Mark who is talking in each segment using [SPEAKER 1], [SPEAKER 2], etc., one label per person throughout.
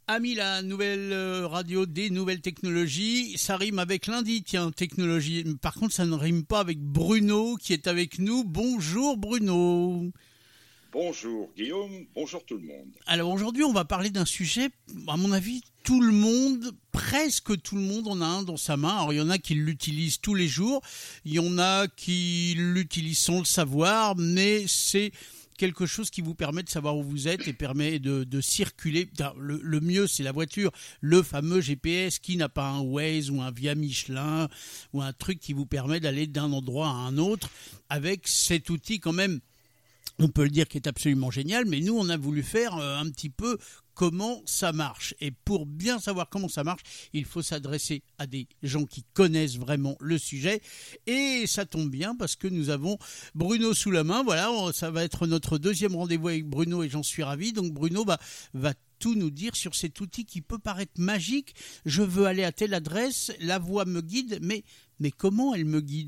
[SPEAKER 1] Ami, la nouvelle radio des nouvelles technologies, ça rime avec lundi, tiens, technologie. Par contre, ça ne rime pas avec Bruno qui est avec nous. Bonjour Bruno.
[SPEAKER 2] Bonjour Guillaume, bonjour tout le monde.
[SPEAKER 1] Alors aujourd'hui, on va parler d'un sujet, à mon avis, tout le monde, presque tout le monde en a un dans sa main. Alors il y en a qui l'utilisent tous les jours, il y en a qui l'utilisent sans le savoir, mais c'est quelque chose qui vous permet de savoir où vous êtes et permet de circuler. Le mieux, c'est la voiture, le fameux GPS. Qui n'a pas un Waze ou un Via Michelin ou un truc qui vous permet d'aller d'un endroit à un autre avec cet outil quand même, on peut le dire, qui est absolument génial, mais nous, on a voulu faire un petit peu comment ça marche. Et pour bien savoir comment ça marche, il faut s'adresser à des gens qui connaissent vraiment le sujet. Et ça tombe bien parce que nous avons Bruno sous la main. Voilà, ça va être notre deuxième rendez-vous avec Bruno et j'en suis ravi. Donc Bruno va tout nous dire sur cet outil qui peut paraître magique. Je veux aller à telle adresse, la voix me guide, mais comment elle me guide ?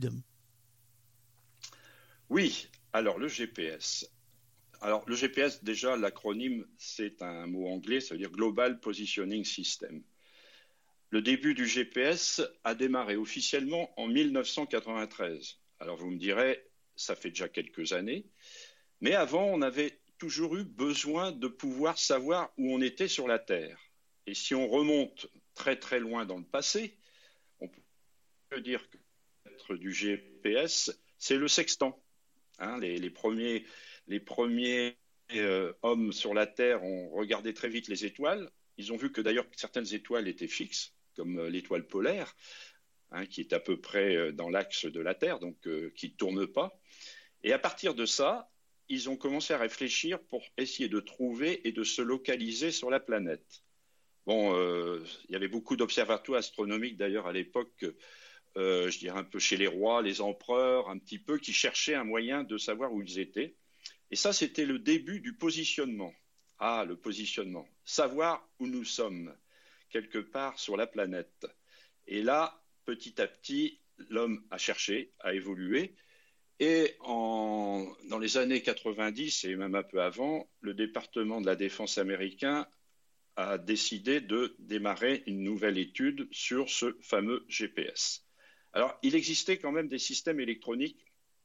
[SPEAKER 2] Oui. Alors, le GPS. Alors, le GPS, déjà, l'acronyme, c'est un mot anglais, ça veut dire Global Positioning System. Le début du GPS a démarré officiellement en 1993. Alors, vous me direz, ça fait déjà quelques années. Mais avant, on avait toujours eu besoin de pouvoir savoir où on était sur la Terre. Et si on remonte très très loin dans le passé, on peut dire que l'être du GPS, c'est le sextant. Les premiers hommes sur la Terre ont regardé très vite les étoiles. Ils ont vu que d'ailleurs certaines étoiles étaient fixes, comme l'étoile polaire, qui est à peu près dans l'axe de la Terre, donc qui ne tourne pas. Et à partir de ça, ils ont commencé à réfléchir pour essayer de trouver et de se localiser sur la planète. Bon, il y avait beaucoup d'observatoires astronomiques d'ailleurs à l'époque, je dirais un peu chez les rois, les empereurs, un petit peu, qui cherchaient un moyen de savoir où ils étaient. Et ça, c'était le début du positionnement. Ah, le positionnement. Savoir où nous sommes, quelque part sur la planète. Et là, petit à petit, l'homme a cherché, a évolué. Et dans les années 90, et même un peu avant, le département de la défense américain a décidé de démarrer une nouvelle étude sur ce fameux GPS. Alors, il existait quand même des systèmes électroniques,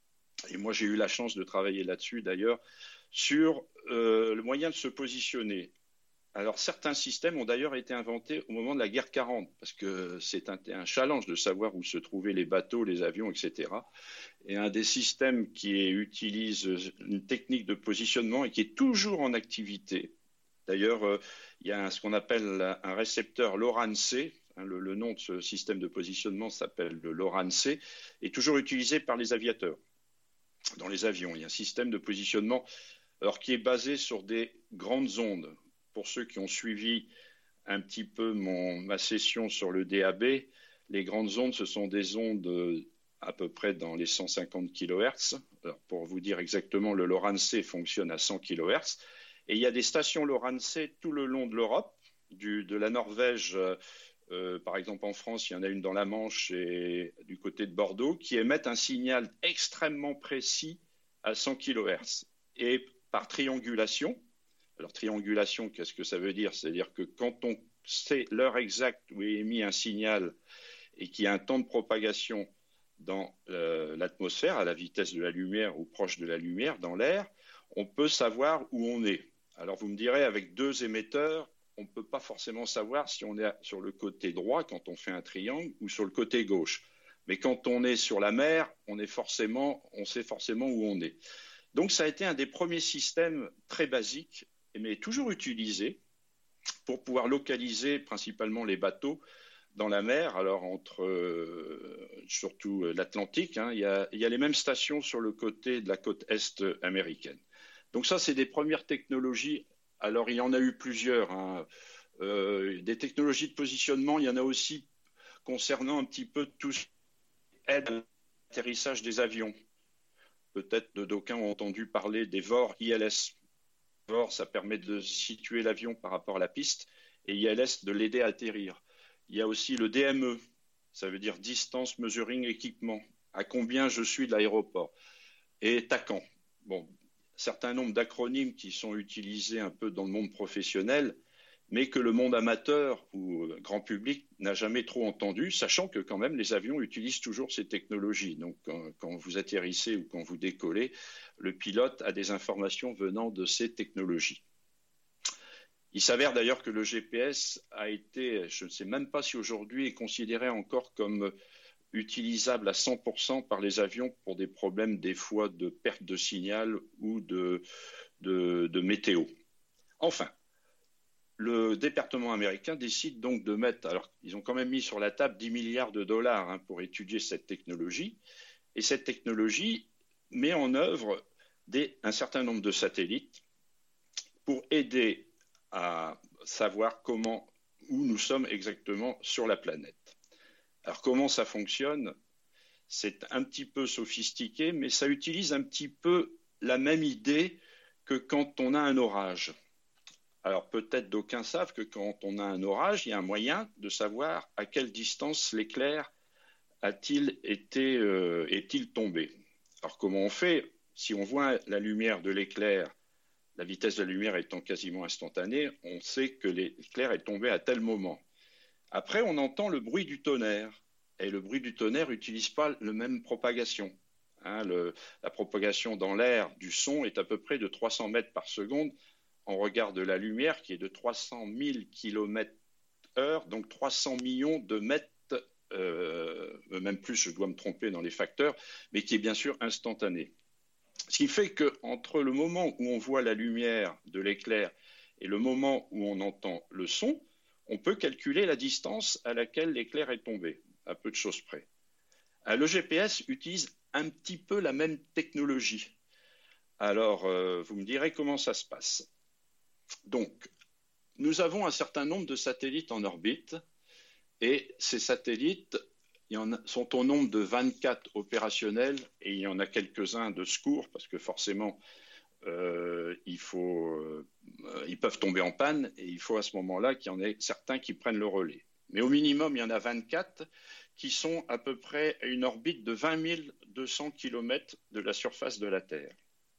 [SPEAKER 2] et moi j'ai eu la chance de travailler là-dessus d'ailleurs, sur le moyen de se positionner. Alors, certains systèmes ont d'ailleurs été inventés au moment de la guerre 40, parce que c'est un challenge de savoir où se trouvaient les bateaux, les avions, etc. Et un des systèmes qui utilise une technique de positionnement et qui est toujours en activité. D'ailleurs, il y a ce qu'on appelle un récepteur LORAN-C. Le nom de ce système de positionnement s'appelle le LORAN-C, est toujours utilisé par les aviateurs. Dans les avions, il y a un système de positionnement qui est basé sur des grandes ondes. Pour ceux qui ont suivi un petit peu ma session sur le DAB, les grandes ondes, ce sont des ondes à peu près dans les 150 kHz. Alors, pour vous dire exactement, le LORAN-C fonctionne à 100 kHz. Et il y a des stations LORAN-C tout le long de l'Europe, de la Norvège. Par exemple, en France, il y en a une dans la Manche et du côté de Bordeaux qui émettent un signal extrêmement précis à 100 kHz. Et par triangulation, alors triangulation, qu'est-ce que ça veut dire ? C'est-à-dire que quand on sait l'heure exacte où est émis un signal et qu'il y a un temps de propagation dans l'atmosphère, à la vitesse de la lumière ou proche de la lumière, dans l'air, on peut savoir où on est. Alors vous me direz, avec deux émetteurs, on ne peut pas forcément savoir si on est sur le côté droit quand on fait un triangle ou sur le côté gauche. Mais quand on est sur la mer, on sait forcément où on est. Donc ça a été un des premiers systèmes très basiques, mais toujours utilisés pour pouvoir localiser principalement les bateaux dans la mer. Alors surtout l'Atlantique, il y a les mêmes stations sur le côté de la côte est américaine. Donc ça, c'est des premières technologies. Alors, il y en a eu plusieurs. Des technologies de positionnement, il y en a aussi concernant un petit peu tout ce qui aide à l'atterrissage des avions. Peut-être d'aucuns ont entendu parler des VOR ILS. VOR, ça permet de situer l'avion par rapport à la piste, et ILS de l'aider à atterrir. Il y a aussi le DME, ça veut dire Distance Measuring Equipment. À combien je suis de l'aéroport. Et TACAN. Bon, certain nombre d'acronymes qui sont utilisés un peu dans le monde professionnel, mais que le monde amateur ou grand public n'a jamais trop entendu, sachant que quand même les avions utilisent toujours ces technologies. Donc quand vous atterrissez ou quand vous décollez, le pilote a des informations venant de ces technologies. Il s'avère d'ailleurs que le GPS a été, je ne sais même pas si aujourd'hui est considéré encore comme utilisable à 100% par les avions pour des problèmes des fois de perte de signal ou de météo. Enfin, le département américain décide donc de mettre, alors ils ont quand même mis sur la table 10 milliards de dollars pour étudier cette technologie, et cette technologie met en œuvre un certain nombre de satellites pour aider à savoir où nous sommes exactement sur la planète. Alors comment ça fonctionne? C'est un petit peu sophistiqué, mais ça utilise un petit peu la même idée que quand on a un orage. Alors peut-être d'aucuns savent que quand on a un orage, il y a un moyen de savoir à quelle distance l'éclair est-il tombé. Alors comment on fait? Si on voit la lumière de l'éclair, la vitesse de la lumière étant quasiment instantanée, on sait que l'éclair est tombé à tel moment. Après, on entend le bruit du tonnerre. Et le bruit du tonnerre n'utilise pas la même propagation. La propagation dans l'air du son est à peu près de 300 mètres par seconde en regard de la lumière qui est de 300 000 km/h, donc 300 millions de mètres, même plus, je dois me tromper dans les facteurs, mais qui est bien sûr instantané. Ce qui fait qu'entre le moment où on voit la lumière de l'éclair et le moment où on entend le son, on peut calculer la distance à laquelle l'éclair est tombé, à peu de choses près. Le GPS utilise un petit peu la même technologie. Alors, vous me direz comment ça se passe. Donc, nous avons un certain nombre de satellites en orbite et ces satellites sont au nombre de 24 opérationnels et il y en a quelques-uns de secours parce que forcément, ils peuvent tomber en panne et il faut à ce moment-là qu'il y en ait certains qui prennent le relais. Mais au minimum, il y en a 24 qui sont à peu près à une orbite de 20 200 km de la surface de la Terre.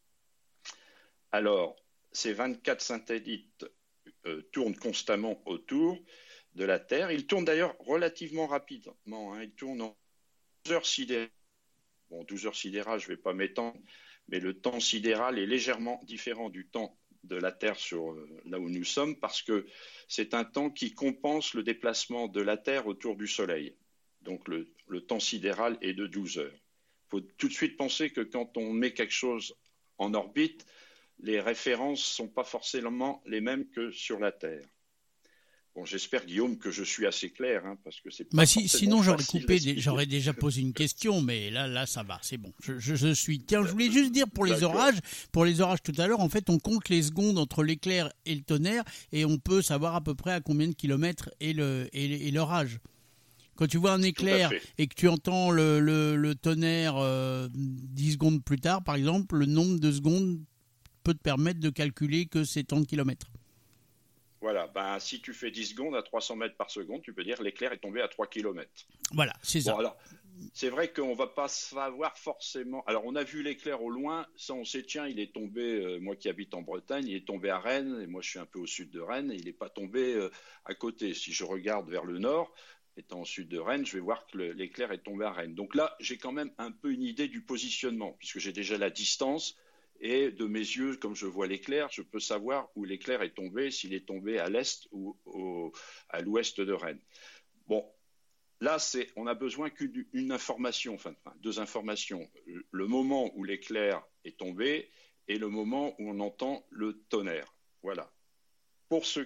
[SPEAKER 2] Alors, ces 24 satellites tournent constamment autour de la Terre. Ils tournent d'ailleurs relativement rapidement. Ils tournent en 12 heures sidérales. Bon, 12 heures sidérales, je ne vais pas m'étendre, mais le temps sidéral est légèrement différent du temps de la Terre là où nous sommes parce que c'est un temps qui compense le déplacement de la Terre autour du Soleil. Donc le temps sidéral est de 12 heures. Il faut tout de suite penser que quand on met quelque chose en orbite, les références ne sont pas forcément les mêmes que sur la Terre. Bon, j'espère, Guillaume, que je suis assez clair, parce que c'est pas
[SPEAKER 1] sinon, j'aurais déjà posé une question, mais là, ça va, c'est bon. Je suis. Tiens, je voulais juste dire pour les orages tout à l'heure, en fait, on compte les secondes entre l'éclair et le tonnerre, et on peut savoir à peu près à combien de kilomètres est l'orage. Quand tu vois un éclair et que tu entends le tonnerre 10 secondes plus tard, par exemple, le nombre de secondes peut te permettre de calculer que c'est tant de kilomètres.
[SPEAKER 2] Voilà, si tu fais 10 secondes à 300 mètres par seconde, tu peux dire l'éclair est tombé à 3 km.
[SPEAKER 1] Voilà, c'est ça.
[SPEAKER 2] Bon, alors, c'est vrai qu'on ne va pas savoir forcément. Alors, on a vu l'éclair au loin, ça on sait, tiens, il est tombé, moi qui habite en Bretagne, il est tombé à Rennes, et moi je suis un peu au sud de Rennes, et il n'est pas tombé à côté. Si je regarde vers le nord, étant au sud de Rennes, je vais voir que l'éclair est tombé à Rennes. Donc là, j'ai quand même un peu une idée du positionnement, puisque j'ai déjà la distance. Et de mes yeux, comme je vois l'éclair, je peux savoir où l'éclair est tombé, s'il est tombé à l'est ou à l'ouest de Rennes. Bon, là, on a besoin qu'une information, deux informations. Le moment où l'éclair est tombé et le moment où on entend le tonnerre. Voilà. Pour ce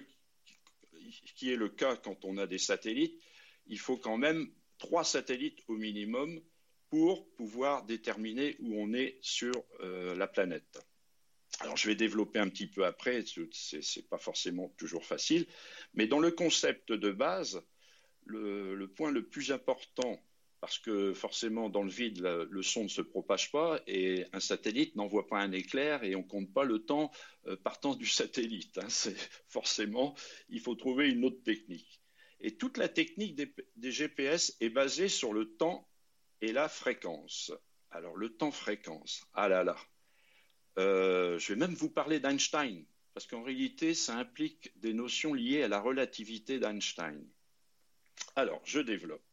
[SPEAKER 2] qui est le cas quand on a des satellites, il faut quand même 3 satellites au minimum pour pouvoir déterminer où on est sur la planète. Alors, je vais développer un petit peu après, c'est pas forcément toujours facile, mais dans le concept de base, le point le plus important, parce que forcément, dans le vide, le son ne se propage pas et un satellite n'envoie pas un éclair et on ne compte pas le temps partant du satellite. Forcément, il faut trouver une autre technique. Et toute la technique des GPS est basée sur le temps et la fréquence. Alors, le temps-fréquence, je vais même vous parler d'Einstein. parce qu'en réalité, ça implique des notions liées à la relativité d'Einstein. Alors, je développe.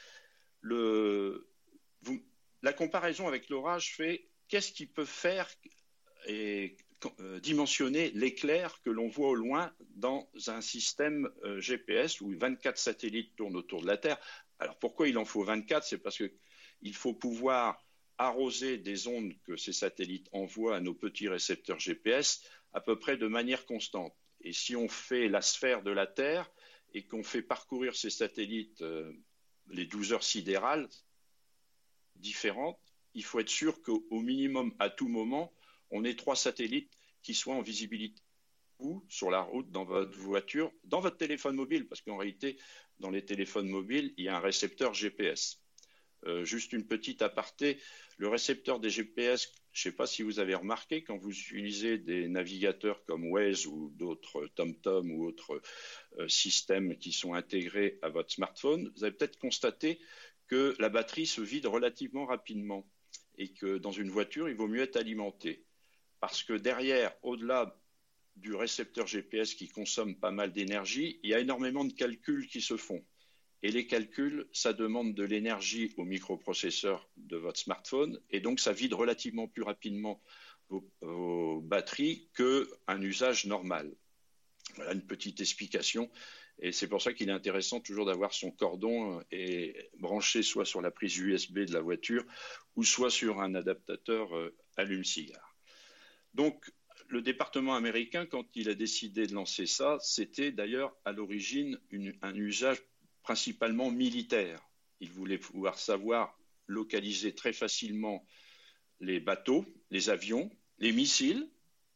[SPEAKER 2] La comparaison avec l'orage fait qu'est-ce qui peut faire et dimensionner l'éclair que l'on voit au loin dans un système GPS où 24 satellites tournent autour de la Terre. Alors pourquoi il en faut 24? C'est parce qu'il faut pouvoir arroser des ondes que ces satellites envoient à nos petits récepteurs GPS à peu près de manière constante. Et si on fait la sphère de la Terre et qu'on fait parcourir ces satellites les 12 heures sidérales différentes, il faut être sûr qu'au minimum, à tout moment, on ait 3 satellites qui soient en visibilité ou sur la route, dans votre voiture, dans votre téléphone mobile, parce qu'en réalité, dans les téléphones mobiles, il y a un récepteur GPS. Juste une petite aparté, le récepteur des GPS, je ne sais pas si vous avez remarqué, quand vous utilisez des navigateurs comme Waze ou d'autres TomTom ou autres systèmes qui sont intégrés à votre smartphone, vous avez peut-être constaté que la batterie se vide relativement rapidement et que dans une voiture, il vaut mieux être alimenté. Parce que derrière, au-delà du récepteur GPS qui consomme pas mal d'énergie, il y a énormément de calculs qui se font. Et les calculs, ça demande de l'énergie au microprocesseur de votre smartphone et donc ça vide relativement plus rapidement vos batteries qu'un usage normal. Voilà une petite explication. Et c'est pour ça qu'il est intéressant toujours d'avoir son cordon branché soit sur la prise USB de la voiture ou soit sur un adaptateur allume-cigare. Donc, le département américain, quand il a décidé de lancer ça, c'était d'ailleurs à l'origine un usage principalement militaire. Il voulait pouvoir savoir localiser très facilement les bateaux, les avions, les missiles.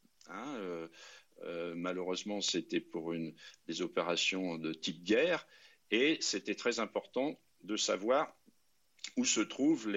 [SPEAKER 2] Malheureusement, c'était pour des opérations de type guerre et c'était très important de savoir où se trouvent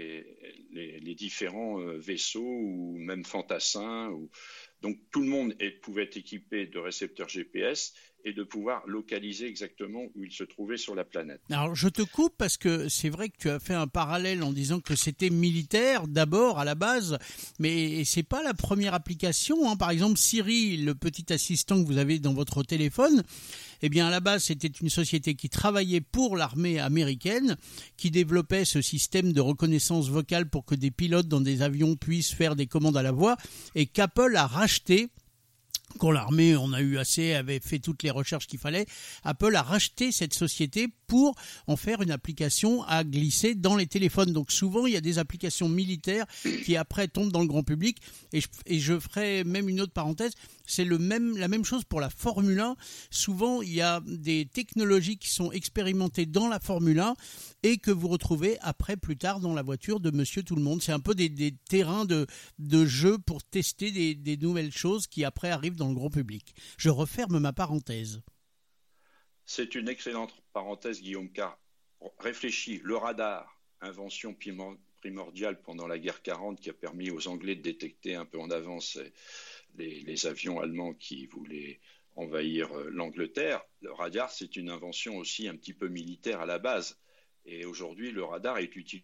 [SPEAKER 2] les différents vaisseaux ou même fantassins. Donc tout le monde pouvait être équipé de récepteurs GPS et de pouvoir localiser exactement où il se trouvait sur la planète.
[SPEAKER 1] Alors je te coupe parce que c'est vrai que tu as fait un parallèle en disant que c'était militaire d'abord à la base, mais c'est pas la première application, hein. Par exemple Siri, le petit assistant que vous avez dans votre téléphone, eh bien à la base c'était une société qui travaillait pour l'armée américaine, qui développait ce système de reconnaissance vocale pour que des pilotes dans des avions puissent faire des commandes à la voix, et qu'Apple a racheté. Quand l'armée en a eu assez, avait fait toutes les recherches qu'il fallait, Apple a racheté cette société pour en faire une application à glisser dans les téléphones. Donc souvent, il y a des applications militaires qui après tombent dans le grand public. Et je ferai même une autre parenthèse, c'est la même chose pour la Formule 1. Souvent, il y a des technologies qui sont expérimentées dans la Formule 1 et que vous retrouvez après, plus tard, dans la voiture de Monsieur Tout-le-Monde. C'est un peu des terrains de jeu pour tester des nouvelles choses qui après arrivent dans le grand public. Je referme ma parenthèse.
[SPEAKER 2] C'est une excellente parenthèse, Guillaume, car réfléchis, le radar, invention primordiale pendant la guerre 40 qui a permis aux Anglais de détecter un peu en avance les avions allemands qui voulaient envahir l'Angleterre. Le radar, c'est une invention aussi un petit peu militaire à la base. Et aujourd'hui, le radar est utilisé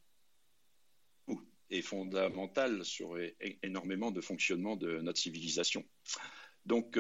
[SPEAKER 2] et fondamental sur énormément de fonctionnement de notre civilisation. Donc,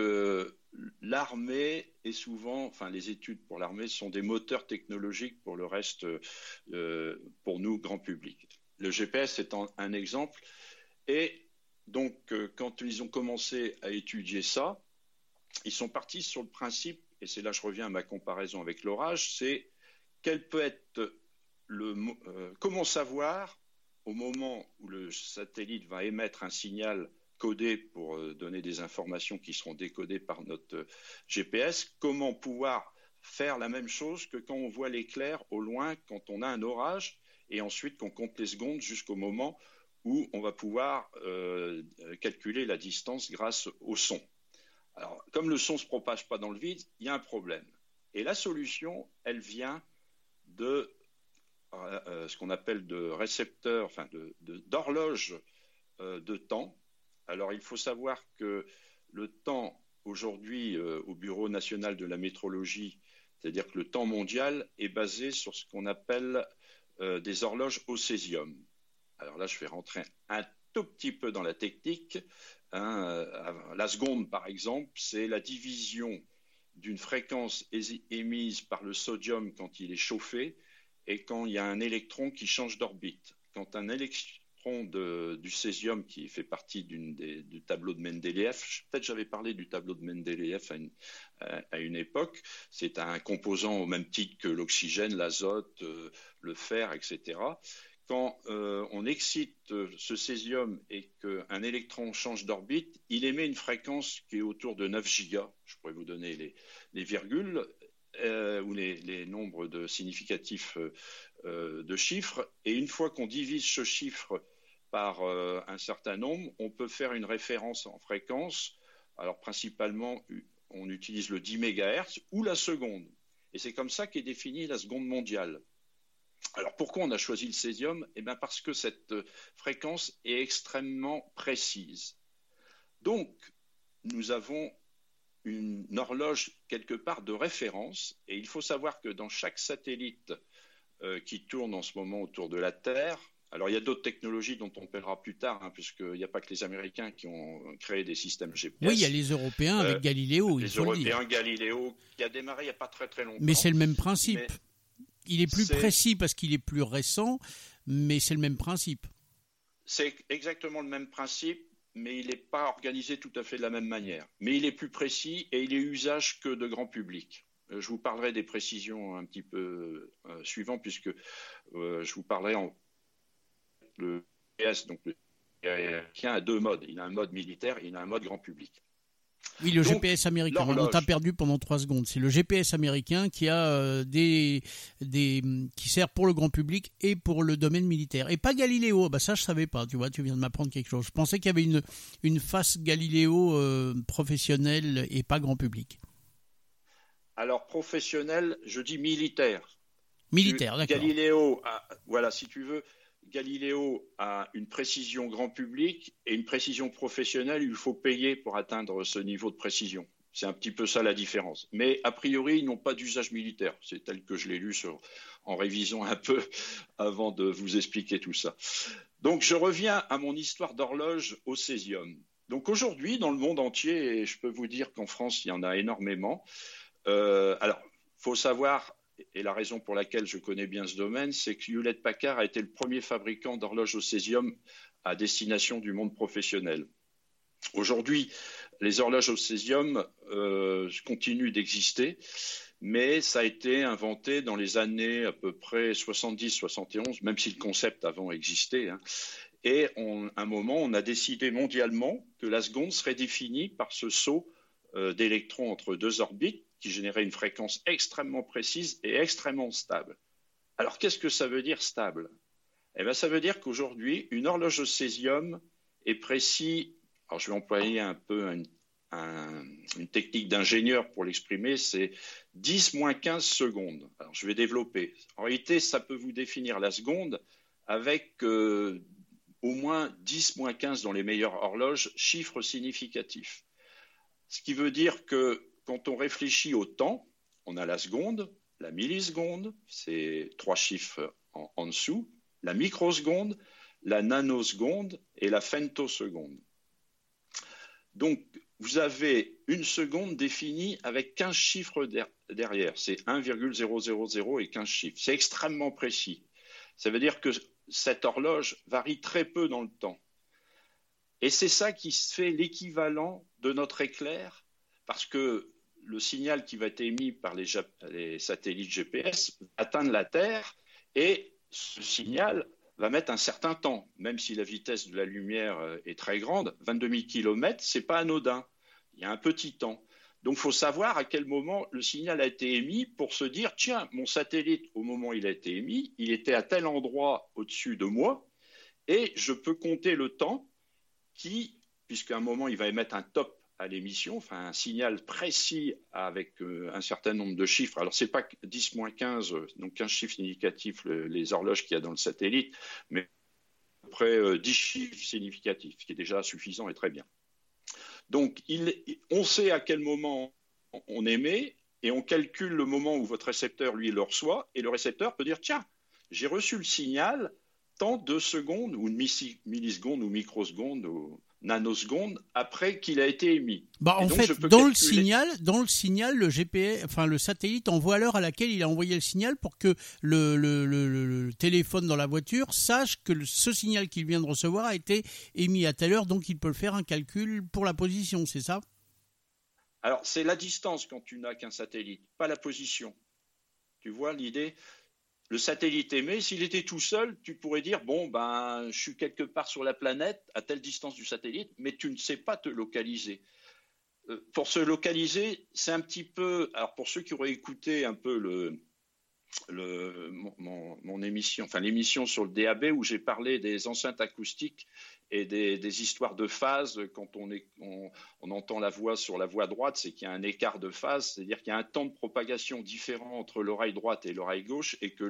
[SPEAKER 2] l'armée est souvent, les études pour l'armée sont des moteurs technologiques pour le reste, pour nous, grand public. Le GPS est un exemple. Et donc, quand ils ont commencé à étudier ça, ils sont partis sur le principe, et c'est là que je reviens à ma comparaison avec l'orage, c'est quel peut être comment savoir au moment où le satellite va émettre un signal codé pour donner des informations qui seront décodées par notre GPS, comment pouvoir faire la même chose que quand on voit l'éclair au loin, quand on a un orage, et ensuite qu'on compte les secondes jusqu'au moment où on va pouvoir calculer la distance grâce au son. Alors, comme le son ne se propage pas dans le vide, il y a un problème. Et la solution, elle vient de ce qu'on appelle de récepteurs, d'horloge de temps. Alors, il faut savoir que le temps, aujourd'hui, au Bureau national de la métrologie, c'est-à-dire que le temps mondial est basé sur ce qu'on appelle des horloges au césium. Alors là, je vais rentrer un tout petit peu dans la technique. La seconde, par exemple, c'est la division d'une fréquence émise par le sodium quand il est chauffé et quand il y a un électron qui change d'orbite. Quand un électron du césium qui fait partie du tableau de Mendeleïev, peut-être j'avais parlé du tableau de Mendeleïev à une époque, c'est un composant au même titre que l'oxygène, l'azote, le fer, etc. Quand on excite ce césium et qu'un électron change d'orbite, il émet une fréquence qui est autour de 9 gigas. Je pourrais vous donner les virgules ou les nombres significatifs de chiffres. Et une fois qu'on divise ce chiffre par un certain nombre, on peut faire une référence en fréquence. Alors principalement, on utilise le 10 MHz ou la seconde. Et c'est comme ça qu'est définie la seconde mondiale. Alors pourquoi on a choisi le césium ? Eh bien parce que cette fréquence est extrêmement précise. Donc nous avons une horloge quelque part de référence et il faut savoir que dans chaque satellite qui tourne en ce moment autour de la Terre, alors il y a d'autres technologies dont on parlera plus tard, puisqu'il n'y a pas que les Américains qui ont créé des systèmes GPS.
[SPEAKER 1] Oui, il y a les Européens avec Galiléo, il faut le dire.
[SPEAKER 2] Les Européens, Galiléo, qui a démarré il n'y a pas très très longtemps.
[SPEAKER 1] Mais c'est le même principe. Il est plus précis parce qu'il est plus récent, mais c'est le même principe.
[SPEAKER 2] C'est exactement le même principe, mais il n'est pas organisé tout à fait de la même manière. Mais il est plus précis et il est usage que de grand public. Je vous parlerai des précisions un petit peu suivant, puisque je vous parlerai le GPS, donc le américain a deux modes. Il a un mode militaire et il a un mode grand public.
[SPEAKER 1] Oui, le GPS américain. On t'a perdu pendant 3 secondes. C'est le GPS américain qui a qui sert pour le grand public et pour le domaine militaire. Et pas Galiléo. Bah ça, je savais pas. Tu vois, tu viens de m'apprendre quelque chose. Je pensais qu'il y avait une face Galiléo professionnelle et pas grand public.
[SPEAKER 2] Alors professionnel, je dis militaire.
[SPEAKER 1] Militaire, d'accord.
[SPEAKER 2] Galiléo, voilà, si tu veux. Galiléo a une précision grand public et une précision professionnelle. Il faut payer pour atteindre ce niveau de précision. C'est un petit peu ça la différence. Mais a priori, ils n'ont pas d'usage militaire. C'est tel que je l'ai lu en révisant un peu avant de vous expliquer tout ça. Donc, je reviens à mon histoire d'horloge au césium. Donc, aujourd'hui, dans le monde entier, et je peux vous dire qu'en France, il y en a énormément. Alors, il faut savoir... Et la raison pour laquelle je connais bien ce domaine, c'est que Hewlett-Packard a été le premier fabricant d'horloges au césium à destination du monde professionnel. Aujourd'hui, les horloges au césium continuent d'exister, mais ça a été inventé dans les années à peu près 70-71, même si le concept avant existait. Et à un moment, on a décidé mondialement que la seconde serait définie par ce saut d'électrons entre deux orbites, qui générait une fréquence extrêmement précise et extrêmement stable. Alors, qu'est-ce que ça veut dire stable ? Eh bien, ça veut dire qu'aujourd'hui, une horloge au césium est précise. Alors, je vais employer un peu une technique d'ingénieur pour l'exprimer, c'est 10-15 secondes. Alors, je vais développer. En réalité, ça peut vous définir la seconde avec au moins 10-15 dans les meilleures horloges, chiffres significatifs. Ce qui veut dire que quand on réfléchit au temps, on a la seconde, la milliseconde, c'est 3 chiffres en dessous, la microseconde, la nanoseconde et la femtoseconde. Donc, vous avez une seconde définie avec 15 chiffres derrière. C'est 1,000 et 15 chiffres. C'est extrêmement précis. Ça veut dire que cette horloge varie très peu dans le temps. Et c'est ça qui fait l'équivalent de notre éclair, parce que le signal qui va être émis par les satellites GPS va atteindre la Terre et ce signal va mettre un certain temps, même si la vitesse de la lumière est très grande. 22 000 km, ce n'est pas anodin. Il y a un petit temps. Donc, il faut savoir à quel moment le signal a été émis pour se dire, tiens, mon satellite, au moment où il a été émis, il était à tel endroit au-dessus de moi et je peux compter le temps puisqu'à un moment, il va émettre un top à l'émission, enfin un signal précis avec un certain nombre de chiffres. Alors, ce n'est pas 10-15, donc 15 chiffres significatifs, les horloges qu'il y a dans le satellite, mais à peu près 10 chiffres significatifs, ce qui est déjà suffisant et très bien. Donc, on sait à quel moment on émet et on calcule le moment où votre récepteur, lui, le reçoit, et le récepteur peut dire, tiens, j'ai reçu le signal tant de secondes ou de millisecondes ou microsecondes, nanosecondes après qu'il a été émis.
[SPEAKER 1] Bah, en
[SPEAKER 2] donc,
[SPEAKER 1] fait, dans le signal, le GPS, enfin le satellite envoie l'heure à laquelle il a envoyé le signal pour que le téléphone dans la voiture sache que ce signal qu'il vient de recevoir a été émis à telle heure, donc il peut faire un calcul pour la position, c'est ça?
[SPEAKER 2] Alors, c'est la distance quand tu n'as qu'un satellite, pas la position. Tu vois l'idée? Le satellite émet, s'il était tout seul, tu pourrais dire, bon, ben, je suis quelque part sur la planète, à telle distance du satellite, mais tu ne sais pas te localiser. Pour se localiser, c'est un petit peu... Alors, pour ceux qui auraient écouté un peu mon émission, enfin l'émission sur le DAB où j'ai parlé des enceintes acoustiques et des histoires de phase, quand on entend la voix sur la voie droite, c'est qu'il y a un écart de phase, c'est-à-dire qu'il y a un temps de propagation différent entre l'oreille droite et l'oreille gauche et que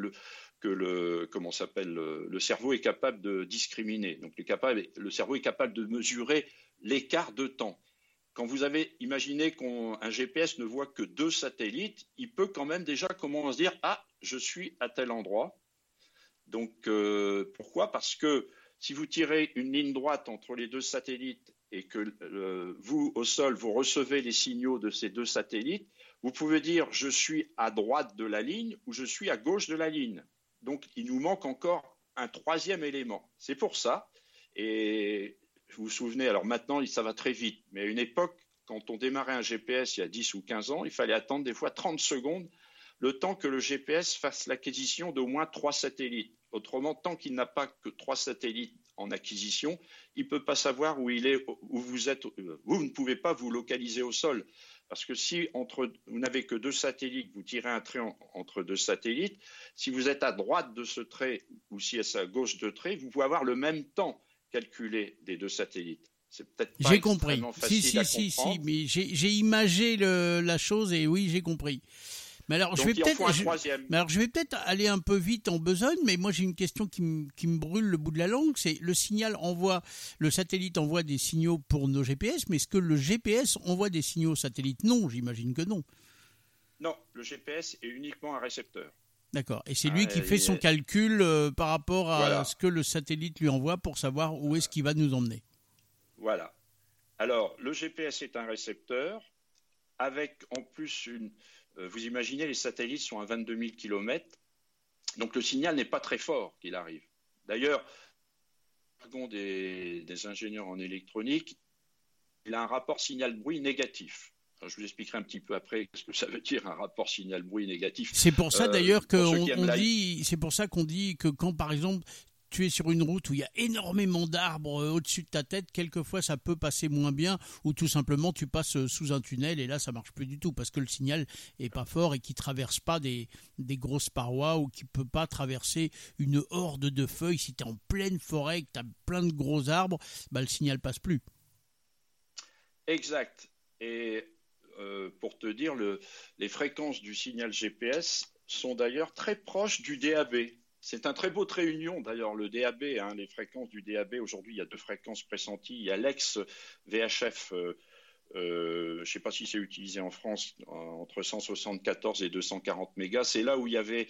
[SPEAKER 2] le cerveau est capable de discriminer. Donc le cerveau est capable de mesurer l'écart de temps. Quand vous avez imaginé qu'un GPS ne voit que 2 satellites, il peut quand même déjà commencer à se dire « Ah, je suis à tel endroit ». Donc, pourquoi? Parce que si vous tirez une ligne droite entre les 2 satellites et que vous, au sol, vous recevez les signaux de ces 2 satellites, vous pouvez dire « Je suis à droite de la ligne » ou « Je suis à gauche de la ligne ». Donc, il nous manque encore un 3e élément. C'est pour ça. Et vous vous souvenez, alors maintenant, ça va très vite, mais à une époque, quand on démarrait un GPS il y a 10 ou 15 ans, il fallait attendre des fois 30 secondes, le temps que le GPS fasse l'acquisition d'au moins 3 satellites. Autrement, tant qu'il n'a pas que 3 satellites en acquisition, il ne peut pas savoir où il est, où vous êtes. Vous ne pouvez pas vous localiser au sol. Parce que si vous n'avez que 2 satellites, vous tirez un trait entre 2 satellites, si vous êtes à droite de ce trait ou si c'est à gauche de trait, vous pouvez avoir le même temps calculé des 2 satellites. C'est peut-être pas extrêmement facile à comprendre.
[SPEAKER 1] Si, mais j'ai imagé la chose et oui, j'ai compris. Mais alors,
[SPEAKER 2] donc,
[SPEAKER 1] je vais peut-être aller un peu vite en besogne, mais moi j'ai une question qui me brûle le bout de la langue. C'est le satellite envoie des signaux pour nos GPS, mais est-ce que le GPS envoie des signaux satellites? Non, j'imagine que non.
[SPEAKER 2] Non, le GPS est uniquement un récepteur.
[SPEAKER 1] D'accord. Et c'est lui qui fait son calcul par rapport à ce que le satellite lui envoie pour savoir où est-ce qu'il va nous emmener.
[SPEAKER 2] Voilà. Alors, le GPS est un récepteur avec en plus vous imaginez, les satellites sont à 22 000 km, donc le signal n'est pas très fort qu'il arrive. D'ailleurs, des ingénieurs en électronique, il a un rapport signal-bruit négatif. Alors, je vous expliquerai un petit peu après ce que ça veut dire un rapport signal-bruit négatif.
[SPEAKER 1] C'est pour ça d'ailleurs c'est pour ça qu'on dit que quand par exemple tu es sur une route où il y a énormément d'arbres au-dessus de ta tête, quelquefois ça peut passer moins bien, ou tout simplement tu passes sous un tunnel et là ça marche plus du tout parce que le signal est pas fort et qui traverse pas des grosses parois ou qui peut pas traverser une horde de feuilles. Si tu es en pleine forêt et que tu as plein de gros arbres, bah, le signal passe plus.
[SPEAKER 2] Exact. Et pour te dire, les fréquences du signal GPS sont d'ailleurs très proches du DAB. C'est un très beau trait union, d'ailleurs, le DAB, les fréquences du DAB. Aujourd'hui, il y a 2 fréquences pressenties. Il y a l'ex-VHF, je ne sais pas si c'est utilisé en France, entre 174 et 240 mégas. C'est là où il y avait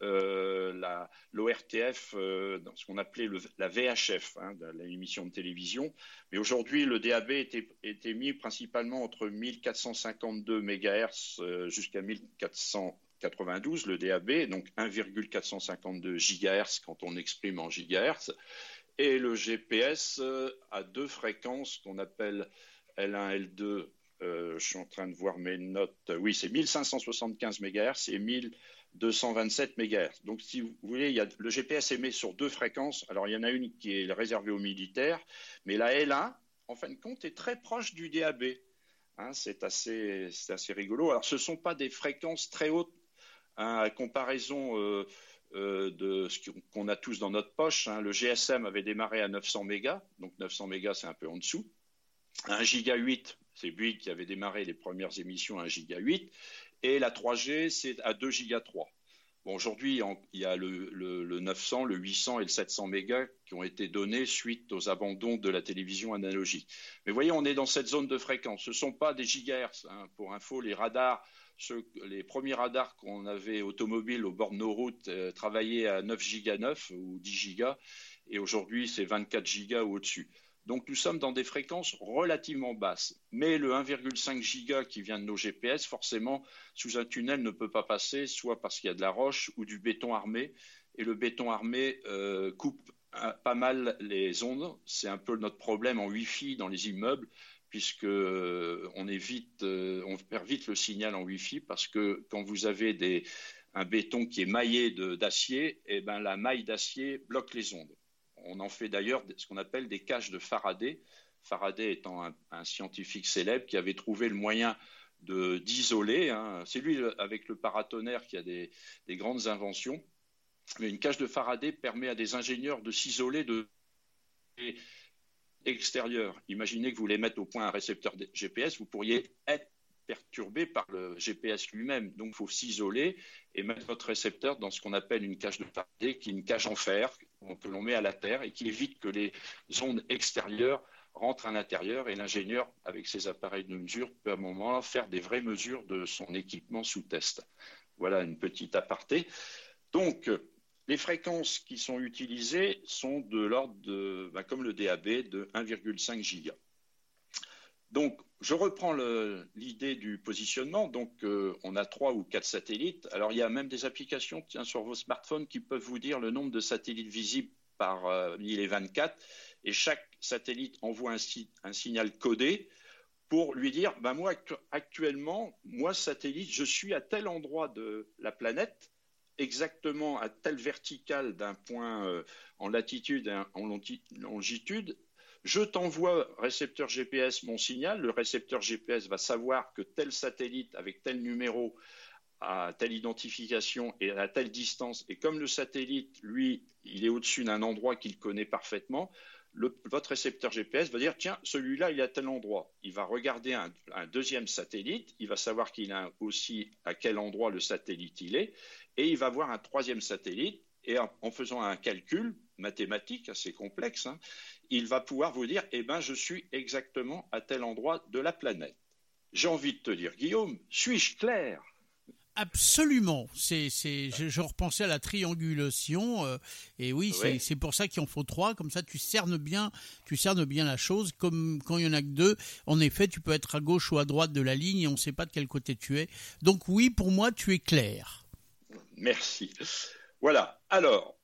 [SPEAKER 2] l'ORTF, ce qu'on appelait la VHF, l'émission de télévision. Mais aujourd'hui, le DAB est émis principalement entre 1452 MHz jusqu'à 1492, le DAB, donc 1,452 GHz quand on exprime en gigahertz. Et le GPS a 2 fréquences qu'on appelle L1, L2. Je suis en train de voir mes notes. Oui, c'est 1575 MHz et 1227 MHz. Donc, si vous voulez, le GPS émet sur 2 fréquences. Alors, il y en a une qui est réservée aux militaires, mais la L1, en fin de compte, est très proche du DAB. C'est assez rigolo. Alors, ce ne sont pas des fréquences très hautes à comparaison de ce qu'on a tous dans notre poche. Le GSM avait démarré à 900 mégas, donc 900 mégas, c'est un peu en dessous. 1 giga 8, c'est Bouygues qui avait démarré les premières émissions à 1 giga 8, et la 3G, c'est à 2 giga 3. Bon, aujourd'hui, il y a le 900, le 800 et le 700 mégas qui ont été donnés suite aux abandons de la télévision analogique. Mais vous voyez, on est dans cette zone de fréquence. Ce ne sont pas des gigahertz. Pour info, les radars, les premiers radars qu'on avait automobiles au bord de nos routes travaillaient à 9 giga 9 ou 10 gigas, et aujourd'hui, c'est 24 gigas ou au-dessus. Donc nous sommes dans des fréquences relativement basses. Mais le 1,5 giga qui vient de nos GPS, forcément, sous un tunnel ne peut pas passer, soit parce qu'il y a de la roche ou du béton armé. Et le béton armé coupe pas mal les ondes. C'est un peu notre problème en Wi-Fi dans les immeubles, puisque on perd vite le signal en Wi-Fi, parce que quand vous avez un béton qui est maillé d'acier, eh ben, la maille d'acier bloque les ondes. On en fait d'ailleurs ce qu'on appelle des cages de Faraday. Faraday étant un scientifique célèbre qui avait trouvé le moyen d'isoler. C'est lui, avec le paratonnerre, qui a des grandes inventions. Mais une cage de Faraday permet à des ingénieurs de s'isoler de l'extérieur. Imaginez que vous voulez mettre au point un récepteur GPS, vous pourriez être perturbé par le GPS lui-même. Donc, il faut s'isoler et mettre votre récepteur dans ce qu'on appelle une cage de Faraday, qui est une cage en fer que l'on met à la terre et qui évite que les ondes extérieures rentrent à l'intérieur. Et l'ingénieur, avec ses appareils de mesure, peut à un moment faire des vraies mesures de son équipement sous test. Voilà une petite aparté. Donc, les fréquences qui sont utilisées sont de l'ordre comme le DAB, de 1,5 giga. Donc, je reprends l'idée du positionnement. Donc, on a 3 ou 4 satellites. Alors, il y a même des applications sur vos smartphones qui peuvent vous dire le nombre de satellites visibles par 1024. Et chaque satellite envoie un signal codé pour lui dire, moi, actuellement, moi, satellite, je suis à tel endroit de la planète, exactement à telle verticale d'un point en latitude et en longitude. Je t'envoie, récepteur GPS, mon signal. Le récepteur GPS va savoir que tel satellite avec tel numéro a telle identification et à telle distance. Et comme le satellite, lui, il est au-dessus d'un endroit qu'il connaît parfaitement, votre récepteur GPS va dire, tiens, celui-là, il est à tel endroit. Il va regarder un deuxième satellite. Il va savoir qu'il a aussi à quel endroit le satellite il est. Et il va voir un troisième satellite. Et en faisant un calcul mathématique assez complexe, il va pouvoir vous dire, je suis exactement à tel endroit de la planète. J'ai envie de te dire, Guillaume, suis-je clair ?
[SPEAKER 1] Absolument. Je repensais à la triangulation et oui. C'est pour ça qu'il en faut 3. Comme ça, tu cernes bien la chose. Comme quand il y en a que 2, en effet, tu peux être à gauche ou à droite de la ligne et on ne sait pas de quel côté tu es. Donc oui, pour moi, tu es clair.
[SPEAKER 2] Merci. Voilà. Alors,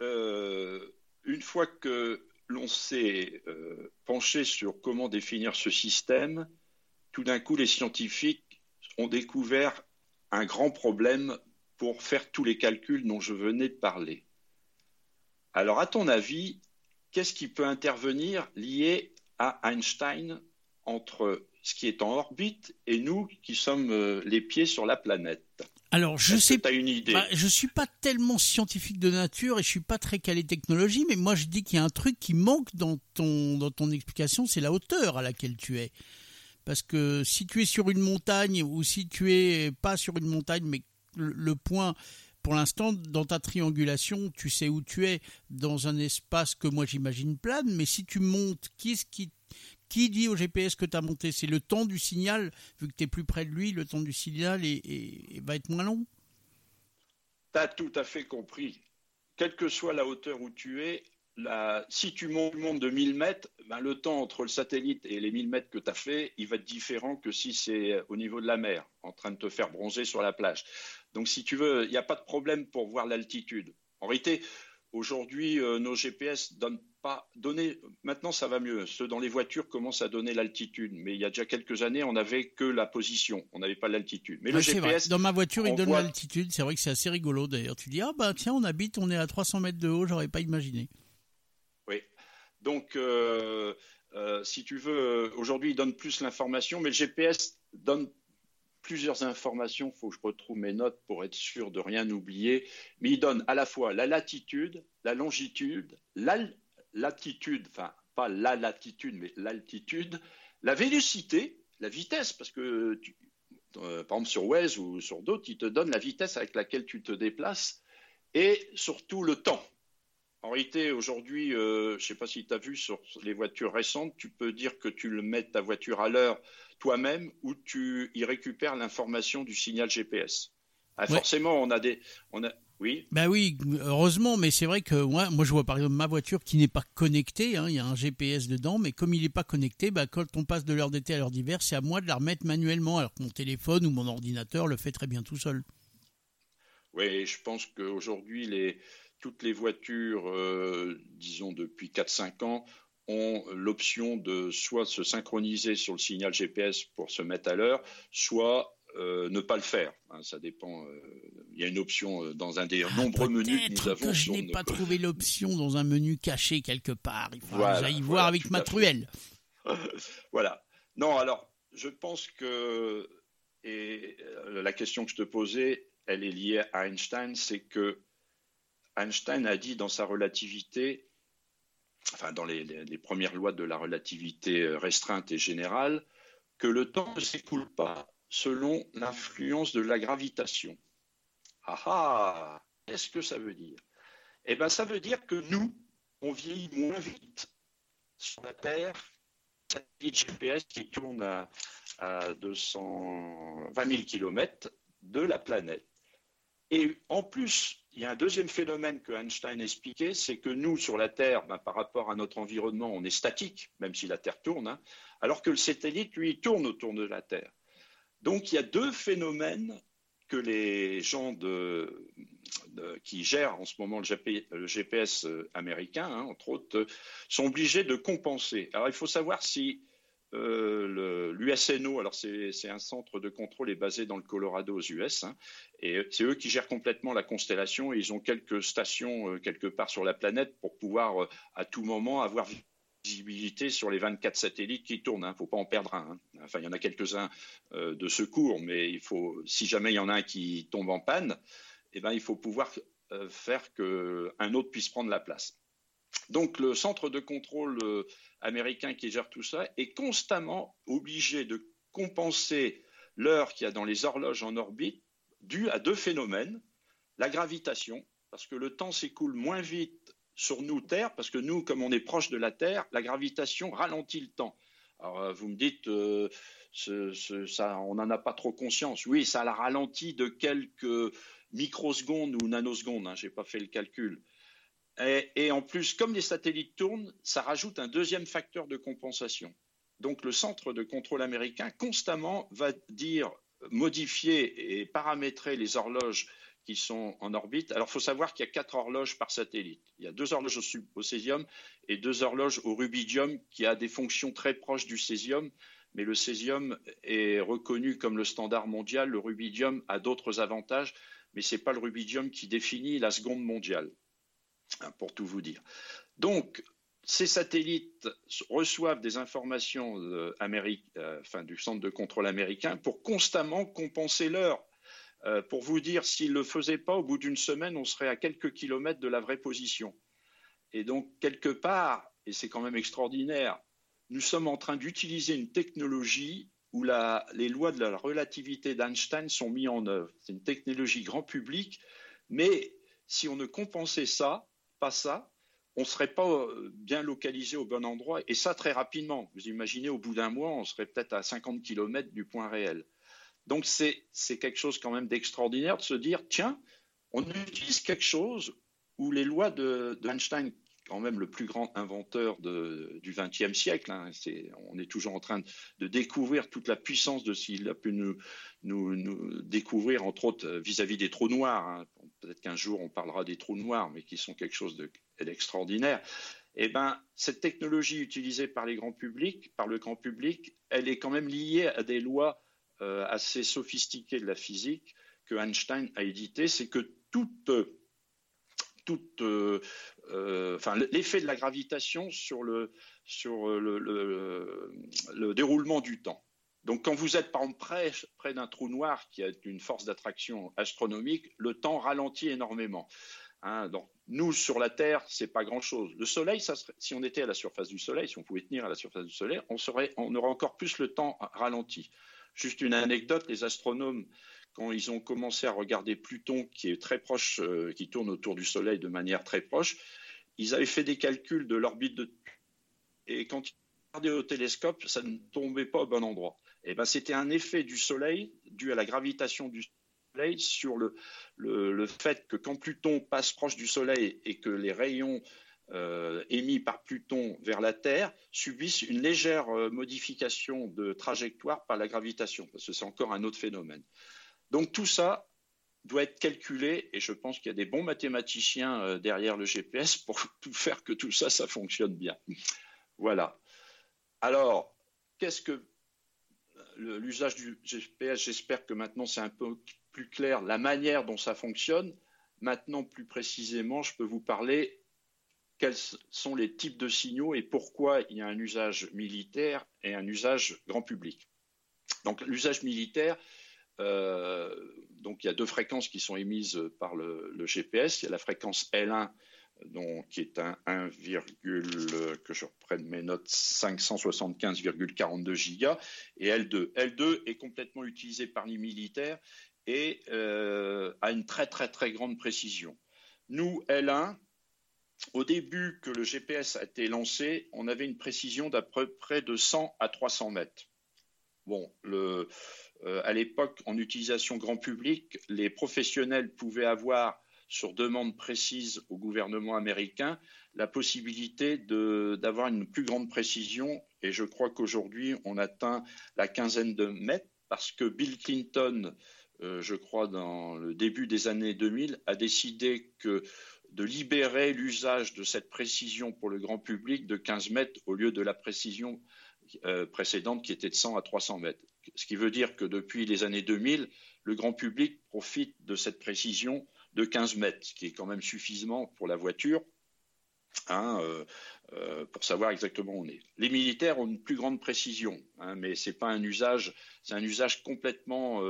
[SPEAKER 2] une fois que l'on s'est penché sur comment définir ce système, tout d'un coup, les scientifiques ont découvert un grand problème pour faire tous les calculs dont je venais de parler. Alors, à ton avis, qu'est-ce qui peut intervenir lié à Einstein entre ce qui est en orbite et nous qui sommes les pieds sur la planète ?
[SPEAKER 1] Alors, je
[SPEAKER 2] t'as une idée ?
[SPEAKER 1] Je suis pas tellement scientifique de nature et je suis pas très calé technologie, mais moi je dis qu'il y a un truc qui manque dans ton explication, c'est la hauteur à laquelle tu es. Parce que si tu es sur une montagne ou si tu es pas sur une montagne, mais le point, pour l'instant, dans ta triangulation, tu sais où tu es dans un espace que moi j'imagine plane, mais si tu montes, qui dit au GPS que tu as monté ? C'est le temps du signal, vu que tu es plus près de lui, le temps du signal va être moins long.
[SPEAKER 2] Tu as tout à fait compris. Quelle que soit la hauteur où tu es, si tu montes de 1000 mètres, le temps entre le satellite et les 1000 mètres que tu as fait, il va être différent que si c'est au niveau de la mer, en train de te faire bronzer sur la plage. Donc si tu veux, il n'y a pas de problème pour voir l'altitude. En réalité, aujourd'hui, nos GPS maintenant ça va mieux. Ceux dans les voitures commencent à donner l'altitude, mais il y a déjà quelques années, on n'avait que la position, on n'avait pas l'altitude. Mais le GPS,
[SPEAKER 1] dans ma voiture, il donne l'altitude. C'est vrai que c'est assez rigolo d'ailleurs. Tu dis, tiens, on est à 300 mètres de haut, j'aurais pas imaginé.
[SPEAKER 2] Oui. Donc, si tu veux, aujourd'hui, il donne plus l'information, mais le GPS donne plusieurs informations. Il faut que je retrouve mes notes pour être sûr de rien oublier. Mais il donne à la fois la latitude, la longitude, l'altitude, enfin, pas la latitude, mais l'altitude, la vélocité, la vitesse, parce que, par exemple, sur Waze ou sur d'autres, il te donne la vitesse avec laquelle tu te déplaces et surtout le temps. En réalité, aujourd'hui, je ne sais pas si tu as vu sur les voitures récentes, tu peux dire que tu le mets ta voiture à l'heure toi-même ou tu y récupères l'information du signal GPS.
[SPEAKER 1] Ouais.
[SPEAKER 2] Forcément, oui.
[SPEAKER 1] Ben oui, heureusement, mais c'est vrai que moi je vois par exemple ma voiture qui n'est pas connectée, hein, il y a un GPS dedans, mais comme il n'est pas connecté, quand on passe de l'heure d'été à l'heure d'hiver, c'est à moi de la remettre manuellement, alors que mon téléphone ou mon ordinateur le fait très bien tout seul.
[SPEAKER 2] Oui, je pense qu'aujourd'hui, toutes les voitures, disons depuis 4-5 ans, ont l'option de soit se synchroniser sur le signal GPS pour se mettre à l'heure, soit ne pas le faire. Hein, ça dépend. Il y a une option dans un des nombreux menus que nous
[SPEAKER 1] Peut-être
[SPEAKER 2] avons
[SPEAKER 1] que je
[SPEAKER 2] sur
[SPEAKER 1] n'ai
[SPEAKER 2] nos...
[SPEAKER 1] pas trouvé l'option dans un menu caché quelque part. Il faudra que j'aille voir
[SPEAKER 2] Voilà,
[SPEAKER 1] avec
[SPEAKER 2] tout
[SPEAKER 1] ma
[SPEAKER 2] à fait.
[SPEAKER 1] truelle.
[SPEAKER 2] Voilà. Non, alors, je pense que, la question que je te posais, elle est liée à Einstein, c'est que Einstein a dit dans sa relativité, enfin dans les premières lois de la relativité restreinte et générale, que le temps ne s'écoule pas selon l'influence de la gravitation. Ah ah, qu'est-ce que ça veut dire? Eh bien, ça veut dire que nous, on vieillit moins vite sur la Terre, satellite GPS qui tourne à 220 000 km de la planète. Et en plus, il y a un deuxième phénomène que Einstein expliquait, c'est que nous, sur la Terre, par rapport à notre environnement, on est statique, même si la Terre tourne, hein, alors que le satellite, lui, tourne autour de la Terre. Donc, il y a deux phénomènes que les gens qui gèrent en ce moment le GPS américain, hein, entre autres, sont obligés de compenser. Alors, il faut savoir si l'USNO, alors c'est un centre de contrôle est basé dans le Colorado aux US, hein, et c'est eux qui gèrent complètement la constellation et ils ont quelques stations quelque part sur la planète pour pouvoir à tout moment avoir visibilité sur les 24 satellites qui tournent. Il ne faut pas en perdre un. Hein. Enfin, il y en a quelques-uns de secours, mais si jamais il y en a un qui tombe en panne, eh ben, il faut pouvoir faire qu'un autre puisse prendre la place. Donc le centre de contrôle américain qui gère tout ça est constamment obligé de compenser l'heure qu'il y a dans les horloges en orbite due à deux phénomènes. La gravitation, parce que le temps s'écoule moins vite sur nous, Terre, parce que nous, comme on est proche de la Terre, la gravitation ralentit le temps. Alors vous me dites, ça, on n'en a pas trop conscience. Oui, ça la ralentit de quelques microsecondes ou nanosecondes, hein, je n'ai pas fait le calcul. Et en plus, comme les satellites tournent, ça rajoute un deuxième facteur de compensation. Donc le centre de contrôle américain constamment va modifier et paramétrer les horloges qui sont en orbite. Alors il faut savoir qu'il y a 4 horloges par satellite. Il y a 2 horloges au césium et 2 horloges au rubidium qui a des fonctions très proches du césium. Mais le césium est reconnu comme le standard mondial. Le rubidium a d'autres avantages, mais ce n'est pas le rubidium qui définit la seconde mondiale. Pour tout vous dire. Donc, ces satellites reçoivent des informations du centre de contrôle américain pour constamment compenser l'heure. Pour vous dire, s'ils ne le faisaient pas, au bout d'une semaine, on serait à quelques kilomètres de la vraie position. Et donc, quelque part, et c'est quand même extraordinaire, nous sommes en train d'utiliser une technologie où les lois de la relativité d'Einstein sont mises en œuvre. C'est une technologie grand public, mais si on ne compensait pas ça, on ne serait pas bien localisé au bon endroit. Et ça, très rapidement. Vous imaginez, au bout d'un mois, on serait peut-être à 50 km du point réel. Donc, c'est quelque chose quand même d'extraordinaire de se dire, tiens, on utilise quelque chose où les lois d'Einstein, quand même le plus grand inventeur du XXe siècle, hein, on est toujours en train de découvrir toute la puissance de ce qu'il a pu nous découvrir, entre autres vis-à-vis des trous noirs. Hein. Peut-être qu'un jour on parlera des trous noirs, mais qui sont quelque chose d'extraordinaire. Eh ben, cette technologie utilisée par le grand public, elle est quand même liée à des lois assez sophistiquées de la physique que Einstein a éditées. C'est que l'effet de la gravitation sur le déroulement du temps. Donc, quand vous êtes par exemple près d'un trou noir qui a une force d'attraction astronomique, le temps ralentit énormément. Hein, donc, nous, sur la Terre, c'est pas grand-chose. Le Soleil, si on était à la surface du Soleil, si on pouvait tenir à la surface du Soleil, on aurait encore plus le temps ralenti. Juste une anecdote, les astronomes, quand ils ont commencé à regarder Pluton, qui est très proche, qui tourne autour du Soleil de manière très proche, ils avaient fait des calculs de l'orbite et quand ils regardaient au télescope, ça ne tombait pas au bon endroit. Et ben, c'était un effet du Soleil dû à la gravitation du Soleil Soleil sur le fait que quand Pluton passe proche du Soleil et que les rayons émis par Pluton vers la Terre subissent une légère modification de trajectoire par la gravitation, parce que c'est encore un autre phénomène. Donc tout ça doit être calculé, et je pense qu'il y a des bons mathématiciens derrière le GPS pour tout faire que tout ça, ça fonctionne bien. Voilà. Alors, qu'est-ce que l'usage du GPS? J'espère que maintenant c'est un peu plus clair, la manière dont ça fonctionne. Maintenant, plus précisément, je peux vous parler quels sont les types de signaux et pourquoi il y a un usage militaire et un usage grand public. Donc l'usage militaire, donc il y a 2 fréquences qui sont émises par le GPS. Il y a la fréquence L1, qui est un 1, que je reprenne mes notes, 575,42 gigas, et L2. L2 est complètement utilisé par les militaires et a une très très très grande précision. Nous, L1, au début que le GPS a été lancé, on avait une précision d'à peu près de 100 à 300 mètres. Bon, à l'époque, en utilisation grand public, les professionnels pouvaient avoir, sur demande précise au gouvernement américain, la possibilité d'avoir une plus grande précision. Et je crois qu'aujourd'hui, on atteint la quinzaine de mètres parce que Bill Clinton, je crois dans le début des années 2000, a décidé de libérer l'usage de cette précision pour le grand public de 15 mètres au lieu de la précision précédente qui était de 100 à 300 mètres. Ce qui veut dire que depuis les années 2000, le grand public profite de cette précision de 15 mètres, ce qui est quand même suffisamment pour la voiture pour savoir exactement où on est. Les militaires ont une plus grande précision, mais c'est pas un usage, c'est un usage complètement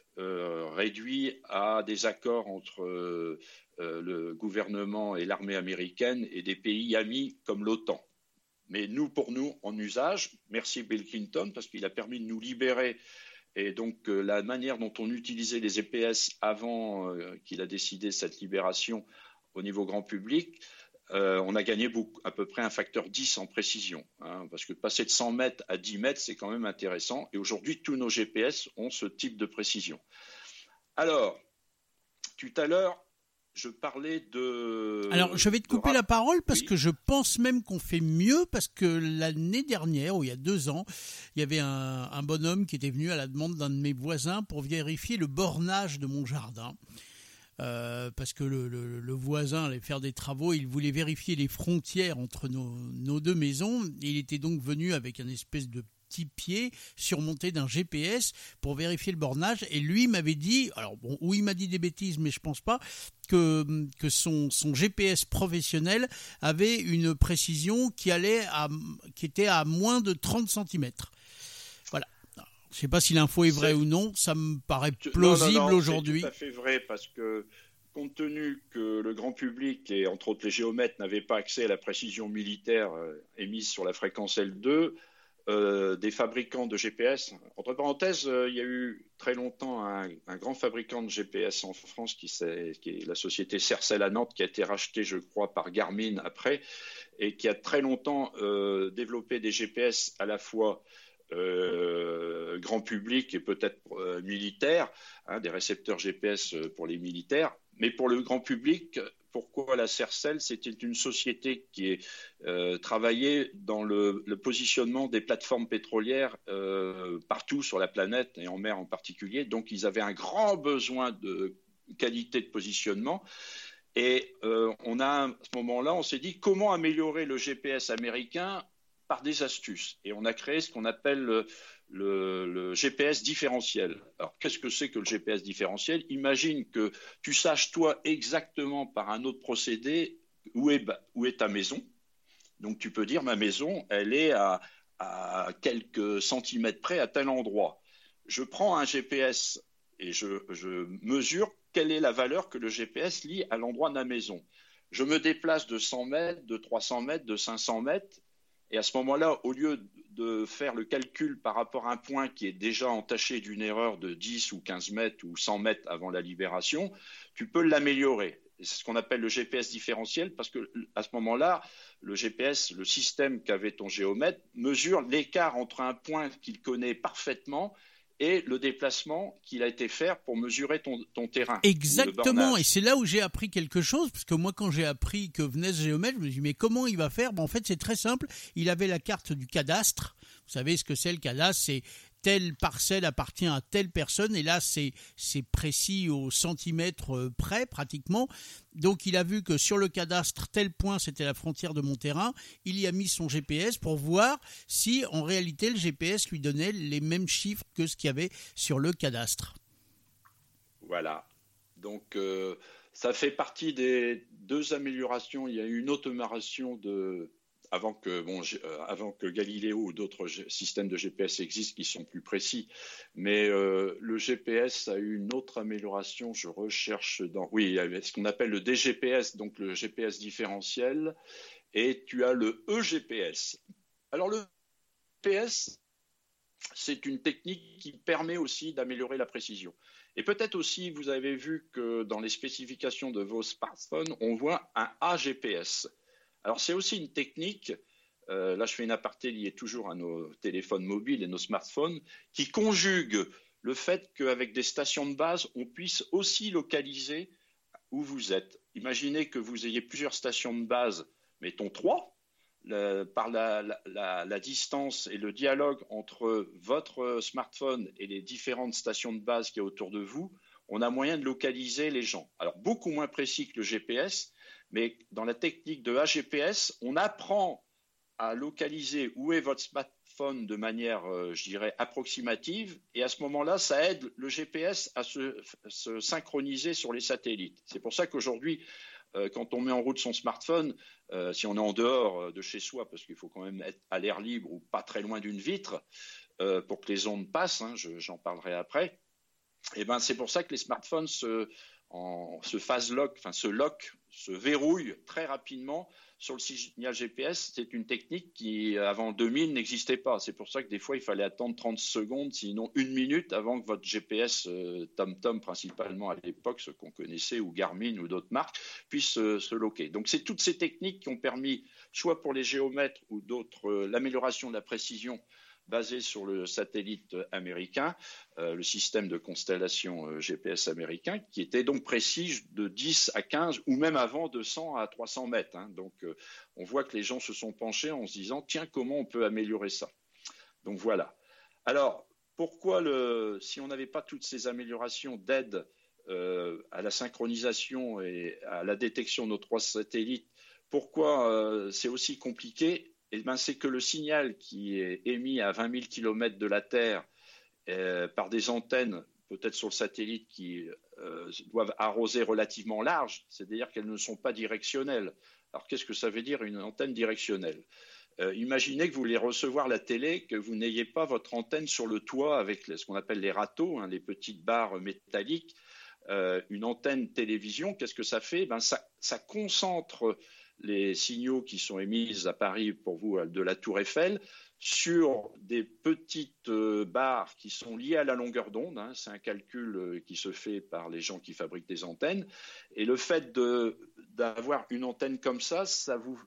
[SPEAKER 2] réduit à des accords entre le gouvernement et l'armée américaine et des pays amis comme l'OTAN. Mais pour nous, en usage, merci Bill Clinton, parce qu'il a permis de nous libérer. Et donc, la manière dont on utilisait les GPS avant qu'il a décidé cette libération au niveau grand public, on a gagné à peu près un facteur 10 en précision. Parce que passer de 100 mètres à 10 mètres, c'est quand même intéressant. Et aujourd'hui, tous nos GPS ont ce type de précision. Alors, tout à l'heure, je parlais de...
[SPEAKER 1] Alors, je vais te couper la parole parce que je pense même qu'on fait mieux, parce que l'année dernière, ou il y a 2 ans, il y avait un bonhomme qui était venu à la demande d'un de mes voisins pour vérifier le bornage de mon jardin. Parce que le voisin allait faire des travaux, il voulait vérifier les frontières entre nos 2 maisons. Il était donc venu avec un espèce de petit pied surmonté d'un GPS pour vérifier le bornage, et lui m'avait dit, alors bon, ou il m'a dit des bêtises, mais je pense pas, que son GPS professionnel avait une précision qui était à moins de 30 cm. Voilà. Alors, je sais pas si l'info est vraie ou non, ça me paraît plausible aujourd'hui.
[SPEAKER 2] C'est tout à fait vrai, parce que compte tenu que le grand public et entre autres les géomètres n'avaient pas accès à la précision militaire émise sur la fréquence L2, des fabricants de GPS. Entre parenthèses, il y a eu très longtemps un grand fabricant de GPS en France qui est la société Sercel à Nantes, qui a été rachetée, je crois, par Garmin après, et qui a très longtemps développé des GPS à la fois grand public et peut-être militaire, des récepteurs GPS pour les militaires, mais pour le grand public. Pourquoi la Sercel? C'était une société qui travaillait dans le positionnement des plateformes pétrolières partout sur la planète et en mer en particulier. Donc, ils avaient un grand besoin de qualité de positionnement. Et à ce moment-là, on s'est dit comment améliorer le GPS américain par des astuces. Et on a créé ce qu'on appelle le GPS différentiel. Alors, qu'est-ce que c'est que le GPS différentiel? Imagine que tu saches, toi, exactement par un autre procédé où est ta maison. Donc, tu peux dire, ma maison, elle est à quelques centimètres près à tel endroit. Je prends un GPS et je mesure quelle est la valeur que le GPS lie à l'endroit de ma maison. Je me déplace de 100 mètres, de 300 mètres, de 500 mètres. Et à ce moment-là, au lieu de faire le calcul par rapport à un point qui est déjà entaché d'une erreur de 10 ou 15 mètres ou 100 mètres avant la libération, tu peux l'améliorer. C'est ce qu'on appelle le GPS différentiel, parce que à ce moment-là, le GPS, le système qu'avait ton géomètre, mesure l'écart entre un point qu'il connaît parfaitement et le déplacement qu'il a été faire pour mesurer ton terrain.
[SPEAKER 1] Exactement, et c'est là où j'ai appris quelque chose, parce que moi quand j'ai appris que venait ce géomètre, je me suis dit mais comment il va faire? En fait c'est très simple, il avait la carte du cadastre, vous savez ce que c'est le cadastre, c'est telle parcelle appartient à telle personne, et là c'est précis au centimètre près pratiquement. Donc il a vu que sur le cadastre, tel point c'était la frontière de mon terrain, il y a mis son GPS pour voir si en réalité le GPS lui donnait les mêmes chiffres que ce qu'il y avait sur le cadastre.
[SPEAKER 2] Voilà, donc ça fait partie des 2 améliorations. Il y a eu une amélioration avant que Galileo ou d'autres systèmes de GPS existent qui sont plus précis. Mais le GPS a eu une autre amélioration, je recherche oui, il y avait ce qu'on appelle le DGPS, donc le GPS différentiel, et tu as le eGPS. Alors le GPS, c'est une technique qui permet aussi d'améliorer la précision. Et peut-être aussi, vous avez vu que dans les spécifications de vos smartphones, on voit un AGPS. Alors, c'est aussi une technique, là je fais une aparté liée toujours à nos téléphones mobiles et nos smartphones, qui conjugue le fait qu'avec des stations de base, on puisse aussi localiser où vous êtes. Imaginez que vous ayez plusieurs stations de base, mettons 3, par la distance et le dialogue entre votre smartphone et les différentes stations de base qu'il y a autour de vous, on a moyen de localiser les gens. Alors, beaucoup moins précis que le GPS, mais dans la technique de AGPS, on apprend à localiser où est votre smartphone de manière, je dirais, approximative. Et à ce moment-là, ça aide le GPS à se synchroniser sur les satellites. C'est pour ça qu'aujourd'hui, quand on met en route son smartphone, si on est en dehors de chez soi, parce qu'il faut quand même être à l'air libre ou pas très loin d'une vitre, pour que les ondes passent, j'en parlerai après, et ben c'est pour ça que les smartphones se verrouillent très rapidement sur le signal GPS. C'est une technique qui, avant 2000, n'existait pas. C'est pour ça que des fois, il fallait attendre 30 secondes, sinon 1 minute, avant que votre GPS, TomTom principalement à l'époque, ce qu'on connaissait, ou Garmin ou d'autres marques, puisse se loquer. Donc, c'est toutes ces techniques qui ont permis, soit pour les géomètres ou d'autres, l'amélioration de la précision basé sur le satellite américain, le système de constellation GPS américain, qui était donc précis de 10 à 15 ou même avant de 100 à 300 mètres. Donc, on voit que les gens se sont penchés en se disant « Tiens, comment on peut améliorer ça ?» Donc, voilà. Alors, pourquoi, si on n'avait pas toutes ces améliorations d'aide à la synchronisation et à la détection de nos 3 satellites, pourquoi c'est aussi compliqué? Eh ben, c'est que le signal qui est émis à 20 000 km de la Terre par des antennes, peut-être sur le satellite, qui doivent arroser relativement large, c'est-à-dire qu'elles ne sont pas directionnelles. Alors, qu'est-ce que ça veut dire une antenne directionnelle? Imaginez que vous voulez recevoir la télé, que vous n'ayez pas votre antenne sur le toit avec ce qu'on appelle les râteaux, les petites barres métalliques. Une antenne télévision, qu'est-ce que ça fait? Ça concentre les signaux qui sont émis à Paris, pour vous, de la Tour Eiffel, sur des petites barres qui sont liées à la longueur d'onde. C'est un calcul qui se fait par les gens qui fabriquent des antennes. Et le fait d'avoir une antenne comme ça vous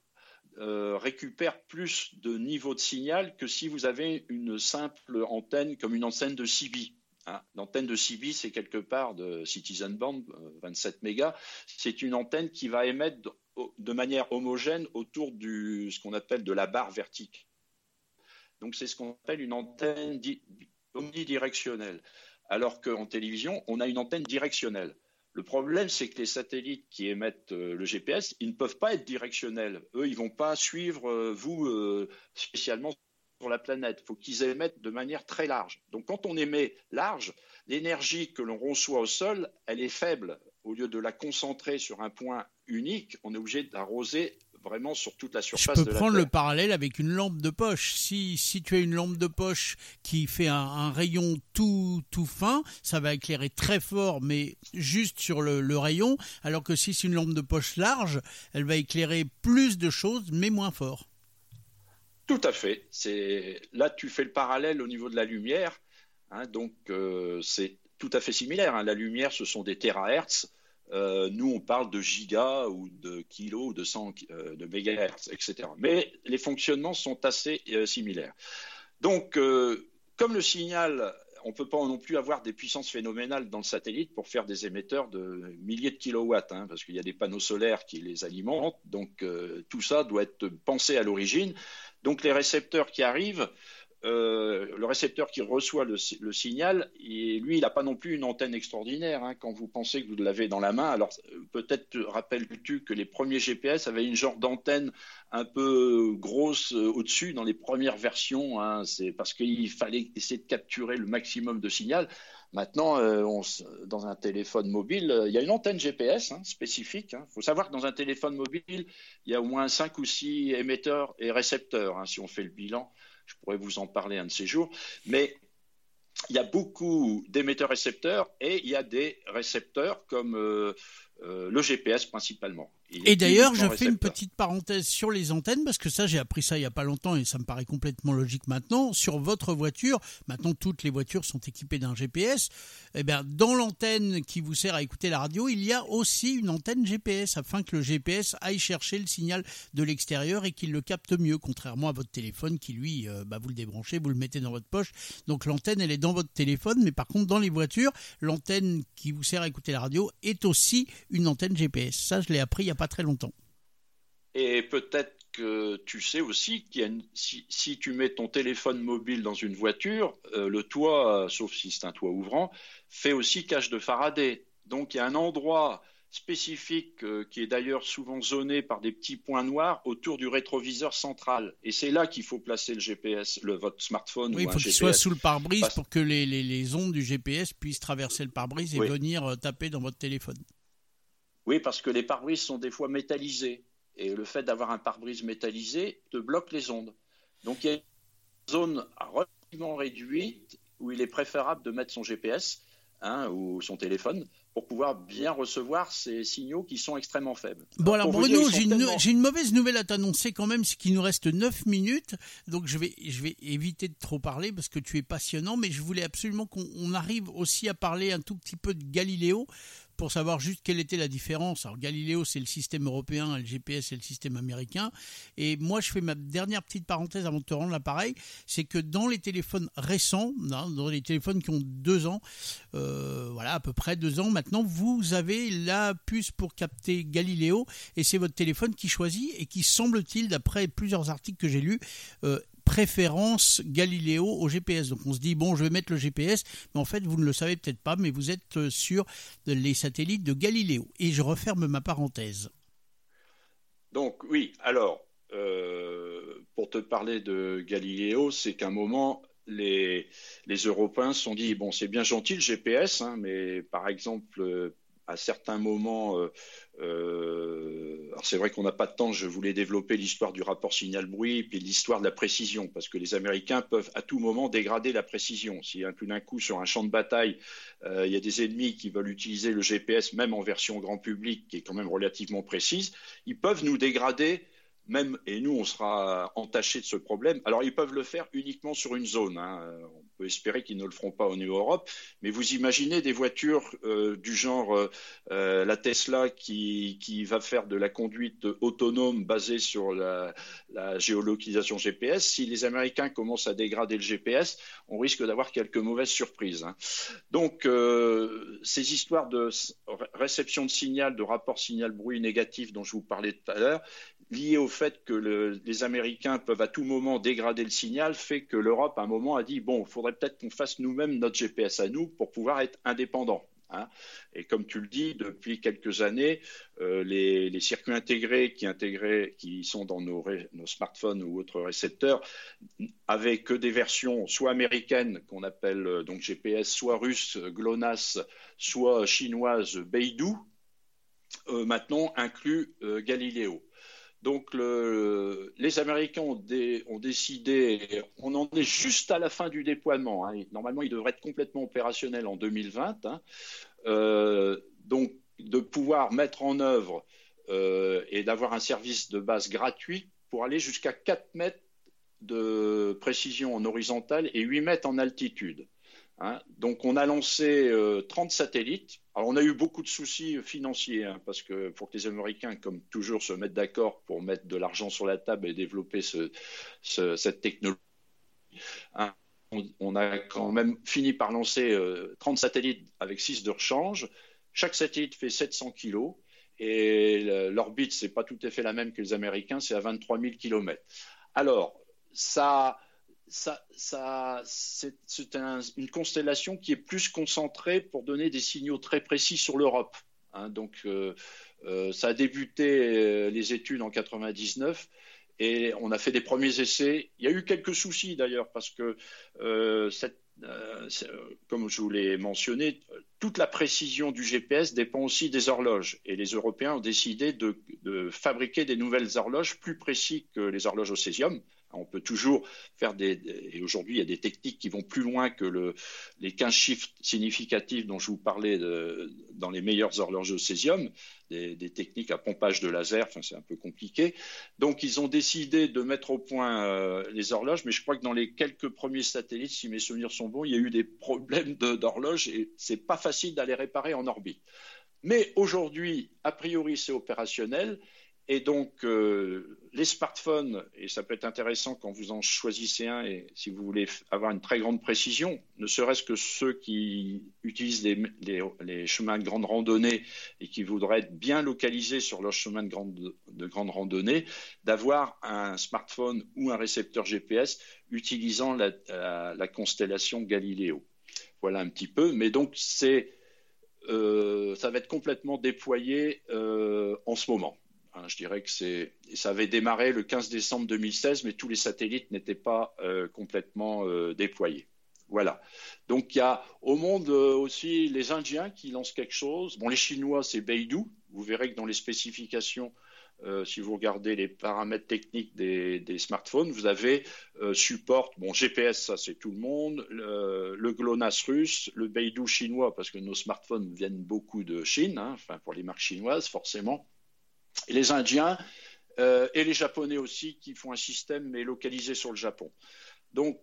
[SPEAKER 2] récupère plus de niveau de signal que si vous avez une simple antenne comme une antenne de CB. L'antenne de CB, c'est quelque part de Citizen Band, 27 mégas. C'est une antenne qui va émettre de manière homogène autour ce qu'on appelle de la barre verticale. Donc, c'est ce qu'on appelle une antenne omnidirectionnelle. Alors qu'en télévision, on a une antenne directionnelle. Le problème, c'est que les satellites qui émettent le GPS, ils ne peuvent pas être directionnels. Eux, ils ne vont pas suivre vous spécialement sur la planète. Il faut qu'ils émettent de manière très large. Donc, quand on émet large, l'énergie que l'on reçoit au sol, elle est faible. Au lieu de la concentrer sur un point unique, on est obligé d'arroser vraiment sur toute la surface de la Terre.
[SPEAKER 1] Je peux prendre le parallèle avec une lampe de poche. Si tu as une lampe de poche qui fait un rayon tout fin, ça va éclairer très fort, mais juste sur le rayon, alors que si c'est une lampe de poche large, elle va éclairer plus de choses, mais moins fort.
[SPEAKER 2] Tout à fait. Là, tu fais le parallèle au niveau de la lumière. Donc, c'est tout à fait similaire. La lumière, ce sont des térahertz. Nous, on parle de gigas ou de kilos ou de 100 de mégahertz, etc. Mais les fonctionnements sont assez similaires. Donc, comme le signal on peut pas non plus avoir des puissances phénoménales dans le satellite pour faire des émetteurs de milliers de kilowatts, hein, parce qu'il y a des panneaux solaires qui les alimentent. Donc, tout ça doit être pensé à l'origine. Donc, les récepteurs qui arrivent, le récepteur qui reçoit le signal, lui, il n'a pas non plus une antenne extraordinaire, hein, quand vous pensez que vous l'avez dans la main. Alors, peut-être rappelles-tu que les premiers GPS avaient une genre d'antenne un peu grosse au-dessus dans les premières versions, hein. C'est parce qu'il fallait essayer de capturer le maximum de signal. Maintenant, dans un téléphone mobile, il y a une antenne GPS, hein, spécifique. Il faut savoir que dans un téléphone mobile, il y a au moins 5 ou 6 émetteurs et récepteurs, hein, si on fait le bilan. Je pourrais vous en parler un de ces jours. Mais il y a beaucoup d'émetteurs-récepteurs et il y a des récepteurs comme le GPS principalement.
[SPEAKER 1] Et d'ailleurs, je fais une petite parenthèse sur les antennes, parce que ça, j'ai appris ça il n'y a pas longtemps et ça me paraît complètement logique maintenant. Sur votre voiture, maintenant toutes les voitures sont équipées d'un GPS. Eh bien, dans l'antenne qui vous sert à écouter la radio, il y a aussi une antenne GPS afin que le GPS aille chercher le signal de l'extérieur et qu'il le capte mieux, contrairement à votre téléphone qui, lui, vous le débranchez, vous le mettez dans votre poche. Donc l'antenne, elle est dans votre téléphone, mais par contre, dans les voitures, l'antenne qui vous sert à écouter la radio est aussi une antenne GPS. Ça, je l'ai appris il n'y a pas très longtemps.
[SPEAKER 2] Et peut-être que tu sais aussi qu'il y a si tu mets ton téléphone mobile dans une voiture, le toit, sauf si c'est un toit ouvrant, fait aussi cage de Faraday. Donc il y a un endroit spécifique qui est d'ailleurs souvent zoné par des petits points noirs autour du rétroviseur central. Et c'est là qu'il faut placer le GPS, votre smartphone.
[SPEAKER 1] Oui, il faut qu'il soit sous le pare-brise pour que les ondes du GPS puissent traverser le pare-brise et venir taper dans votre téléphone.
[SPEAKER 2] Oui, parce que les pare-brises sont des fois métallisés. Et le fait d'avoir un pare-brise métallisé te bloque les ondes. Donc, il y a une zone relativement réduite où il est préférable de mettre son GPS, hein, ou son téléphone pour pouvoir bien recevoir ces signaux qui sont extrêmement faibles.
[SPEAKER 1] Bon, alors Bruno, j'ai une mauvaise nouvelle à t'annoncer quand même, c'est qu'il nous reste 9 minutes, donc je vais éviter de trop parler parce que tu es passionnant, mais je voulais absolument qu'on arrive aussi à parler un tout petit peu de Galileo, pour savoir juste quelle était la différence. Alors Galileo, c'est le système européen, et le GPS, c'est le système américain. Et moi, je fais ma dernière petite parenthèse avant de te rendre l'appareil, c'est que dans les téléphones récents, dans les téléphones qui ont 2 ans, à peu près 2 ans maintenant, vous avez la puce pour capter Galileo, et c'est votre téléphone qui choisit, et qui semble-t-il, d'après plusieurs articles que j'ai lus, préférence Galileo au GPS. Donc on se dit, bon, je vais mettre le GPS, mais en fait, vous ne le savez peut-être pas, mais vous êtes sur les satellites de Galileo. Et je referme ma parenthèse.
[SPEAKER 2] Donc oui, alors, pour te parler de Galileo, c'est qu'à un moment, les Européens se sont dit, bon, c'est bien gentil le GPS, hein, mais par exemple, à certains moments, alors c'est vrai qu'on n'a pas de temps, je voulais développer l'histoire du rapport signal-bruit et puis l'histoire de la précision, parce que les Américains peuvent à tout moment dégrader la précision. Si tout d'un coup, sur un champ de bataille, il y a des ennemis qui veulent utiliser le GPS, même en version grand public, qui est quand même relativement précise, ils peuvent nous dégrader même, et nous, on sera entachés de ce problème. Alors, ils peuvent le faire uniquement sur une zone, hein. On peut espérer qu'ils ne le feront pas au niveau Europe, mais vous imaginez des voitures du genre la Tesla qui va faire de la conduite autonome basée sur la géolocalisation GPS. Si les Américains commencent à dégrader le GPS, on risque d'avoir quelques mauvaises surprises, hein. Donc, ces histoires de réception de signal, de rapport signal-bruit négatif dont je vous parlais tout à l'heure, lié au fait que les Américains peuvent à tout moment dégrader le signal, fait que l'Europe, à un moment, a dit « bon, il faudrait peut-être qu'on fasse nous-mêmes notre GPS à nous pour pouvoir être indépendants ». Hein. Et comme tu le dis, depuis quelques années, les circuits intégrés qui sont dans nos smartphones ou autres récepteurs avaient que des versions soit américaines qu'on appelle donc GPS, soit russes GLONASS, soit chinoises Beidou, maintenant inclut Galileo. Donc les Américains ont décidé, on en est juste à la fin du déploiement, hein. Normalement il devrait être complètement opérationnel en 2020, hein. Donc de pouvoir mettre en œuvre et d'avoir un service de base gratuit pour aller jusqu'à 4 mètres de précision en horizontale et 8 mètres en altitude. Hein. Donc on a lancé 30 satellites. Alors on a eu beaucoup de soucis financiers, hein, parce que pour que les Américains, comme toujours, se mettent d'accord pour mettre de l'argent sur la table et développer cette technologie, hein. on a quand même fini par lancer 30 satellites avec 6 de rechange. Chaque satellite fait 700 kilos et l'orbite, c'est pas tout à fait la même que les Américains, c'est à 23 000 kilomètres. Alors, c'est une constellation qui est plus concentrée pour donner des signaux très précis sur l'Europe. Donc, ça a débuté les études en 99 et on a fait des premiers essais. Il y a eu quelques soucis d'ailleurs parce que, comme je vous l'ai mentionné, toute la précision du GPS dépend aussi des horloges. Et les Européens ont décidé de fabriquer des nouvelles horloges plus précises que les horloges au césium. On peut toujours faire et aujourd'hui, il y a des techniques qui vont plus loin que les 15 chiffres significatifs dont je vous parlais dans les meilleures horloges au césium, des techniques à pompage de laser, enfin, c'est un peu compliqué. Donc, ils ont décidé de mettre au point les horloges, mais je crois que dans les quelques premiers satellites, si mes souvenirs sont bons, il y a eu des problèmes d'horloge et c'est pas facile d'aller réparer en orbite. Mais aujourd'hui, a priori, c'est opérationnel. Et donc, les smartphones, et ça peut être intéressant quand vous en choisissez un, et si vous voulez avoir une très grande précision, ne serait-ce que ceux qui utilisent les chemins de grande randonnée et qui voudraient être bien localisés sur leur chemin de grande randonnée, d'avoir un smartphone ou un récepteur GPS utilisant la constellation Galileo. Voilà un petit peu, mais donc ça va être complètement déployé en ce moment. Je dirais que ça avait démarré le 15 décembre 2016, mais tous les satellites n'étaient pas complètement déployés. Voilà. Donc, il y a au monde aussi les Indiens qui lancent quelque chose. Bon, les Chinois, c'est Beidou. Vous verrez que dans les spécifications, si vous regardez les paramètres techniques des smartphones, vous avez support, bon, GPS, ça c'est tout le monde, le GLONASS russe, le Beidou chinois, parce que nos smartphones viennent beaucoup de Chine, enfin pour les marques chinoises, forcément. Et les Indiens et les Japonais aussi qui font un système mais localisé sur le Japon. Donc,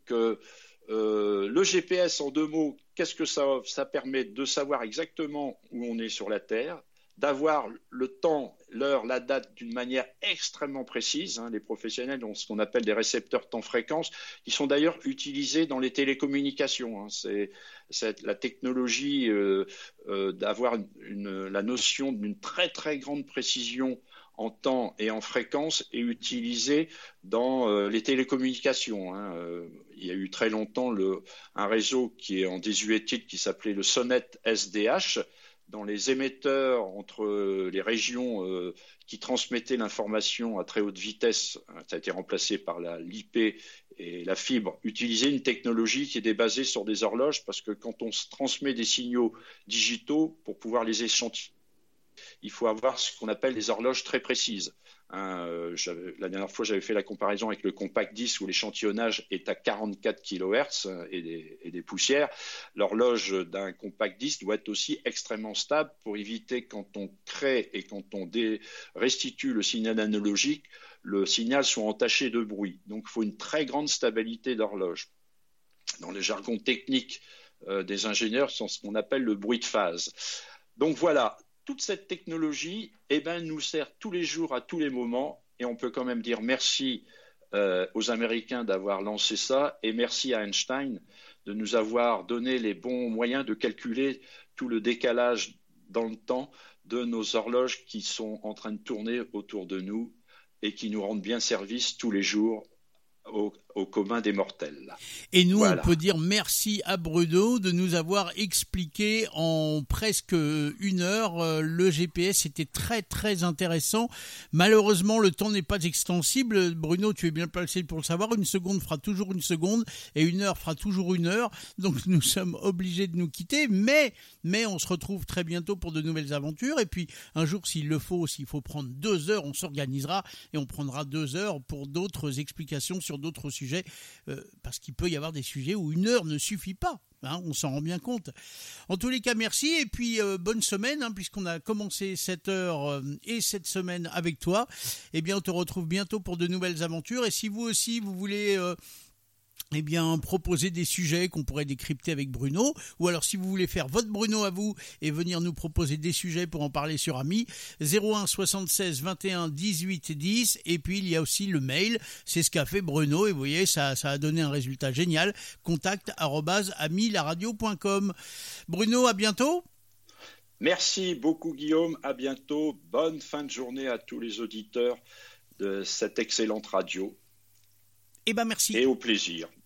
[SPEAKER 2] le GPS, en 2 mots, qu'est-ce que ça permet de savoir exactement où on est sur la Terre, d'avoir le temps, l'heure, la date d'une manière extrêmement précise. Les professionnels ont ce qu'on appelle des récepteurs temps-fréquence, qui sont d'ailleurs utilisés dans les télécommunications. C'est la technologie d'avoir la notion d'une très très grande précision en temps et en fréquence est utilisée dans les télécommunications. Il y a eu très longtemps un réseau qui est en désuétude qui s'appelait le SONET SDH, dans les émetteurs entre les régions qui transmettaient l'information à très haute vitesse, ça a été remplacé par l'IP et la fibre, utiliser une technologie qui était basée sur des horloges, parce que quand on se transmet des signaux digitaux, pour pouvoir les échantillonner, il faut avoir ce qu'on appelle des horloges très précises. La dernière fois, j'avais fait la comparaison avec le compact disc où l'échantillonnage est à 44 kHz et des poussières. L'horloge d'un compact disc doit être aussi extrêmement stable pour éviter, quand on crée et quand on restitue le signal analogique, le signal soit entaché de bruit. Donc, il faut une très grande stabilité d'horloge. Dans le jargon technique des ingénieurs, c'est ce qu'on appelle le bruit de phase. Donc voilà. Toute cette technologie nous sert tous les jours, à tous les moments, et on peut quand même dire merci aux Américains d'avoir lancé ça, et merci à Einstein de nous avoir donné les bons moyens de calculer tout le décalage dans le temps de nos horloges qui sont en train de tourner autour de nous et qui nous rendent bien service tous les jours au commun des mortels.
[SPEAKER 1] Et nous, voilà. On peut dire merci à Bruno de nous avoir expliqué en presque 1 heure le GPS. C'était très très intéressant. Malheureusement, le temps n'est pas extensible. Bruno, tu es bien placé pour le savoir. 1 seconde fera toujours 1 seconde et 1 heure fera toujours 1 heure. Donc nous sommes obligés de nous quitter. Mais on se retrouve très bientôt pour de nouvelles aventures. Et puis un jour, s'il faut prendre 2 heures, on s'organisera et on prendra 2 heures pour d'autres explications sur d'autres sujets, parce qu'il peut y avoir des sujets où 1 heure ne suffit pas, on s'en rend bien compte. En tous les cas, merci, et puis bonne semaine, puisqu'on a commencé cette heure et cette semaine avec toi. Eh bien, on te retrouve bientôt pour de nouvelles aventures, et si vous aussi, vous voulez eh bien, proposer des sujets qu'on pourrait décrypter avec Bruno. Ou alors, si vous voulez faire votre Bruno à vous et venir nous proposer des sujets pour en parler sur Ami, 01 76 21 18 10. Et puis, il y a aussi le mail. C'est ce qu'a fait Bruno. Et vous voyez, ça a donné un résultat génial. contact@amilaradio.com. Bruno, à bientôt.
[SPEAKER 2] Merci beaucoup, Guillaume. À bientôt. Bonne fin de journée à tous les auditeurs de cette excellente radio.
[SPEAKER 1] Eh ben, merci.
[SPEAKER 2] Et au plaisir.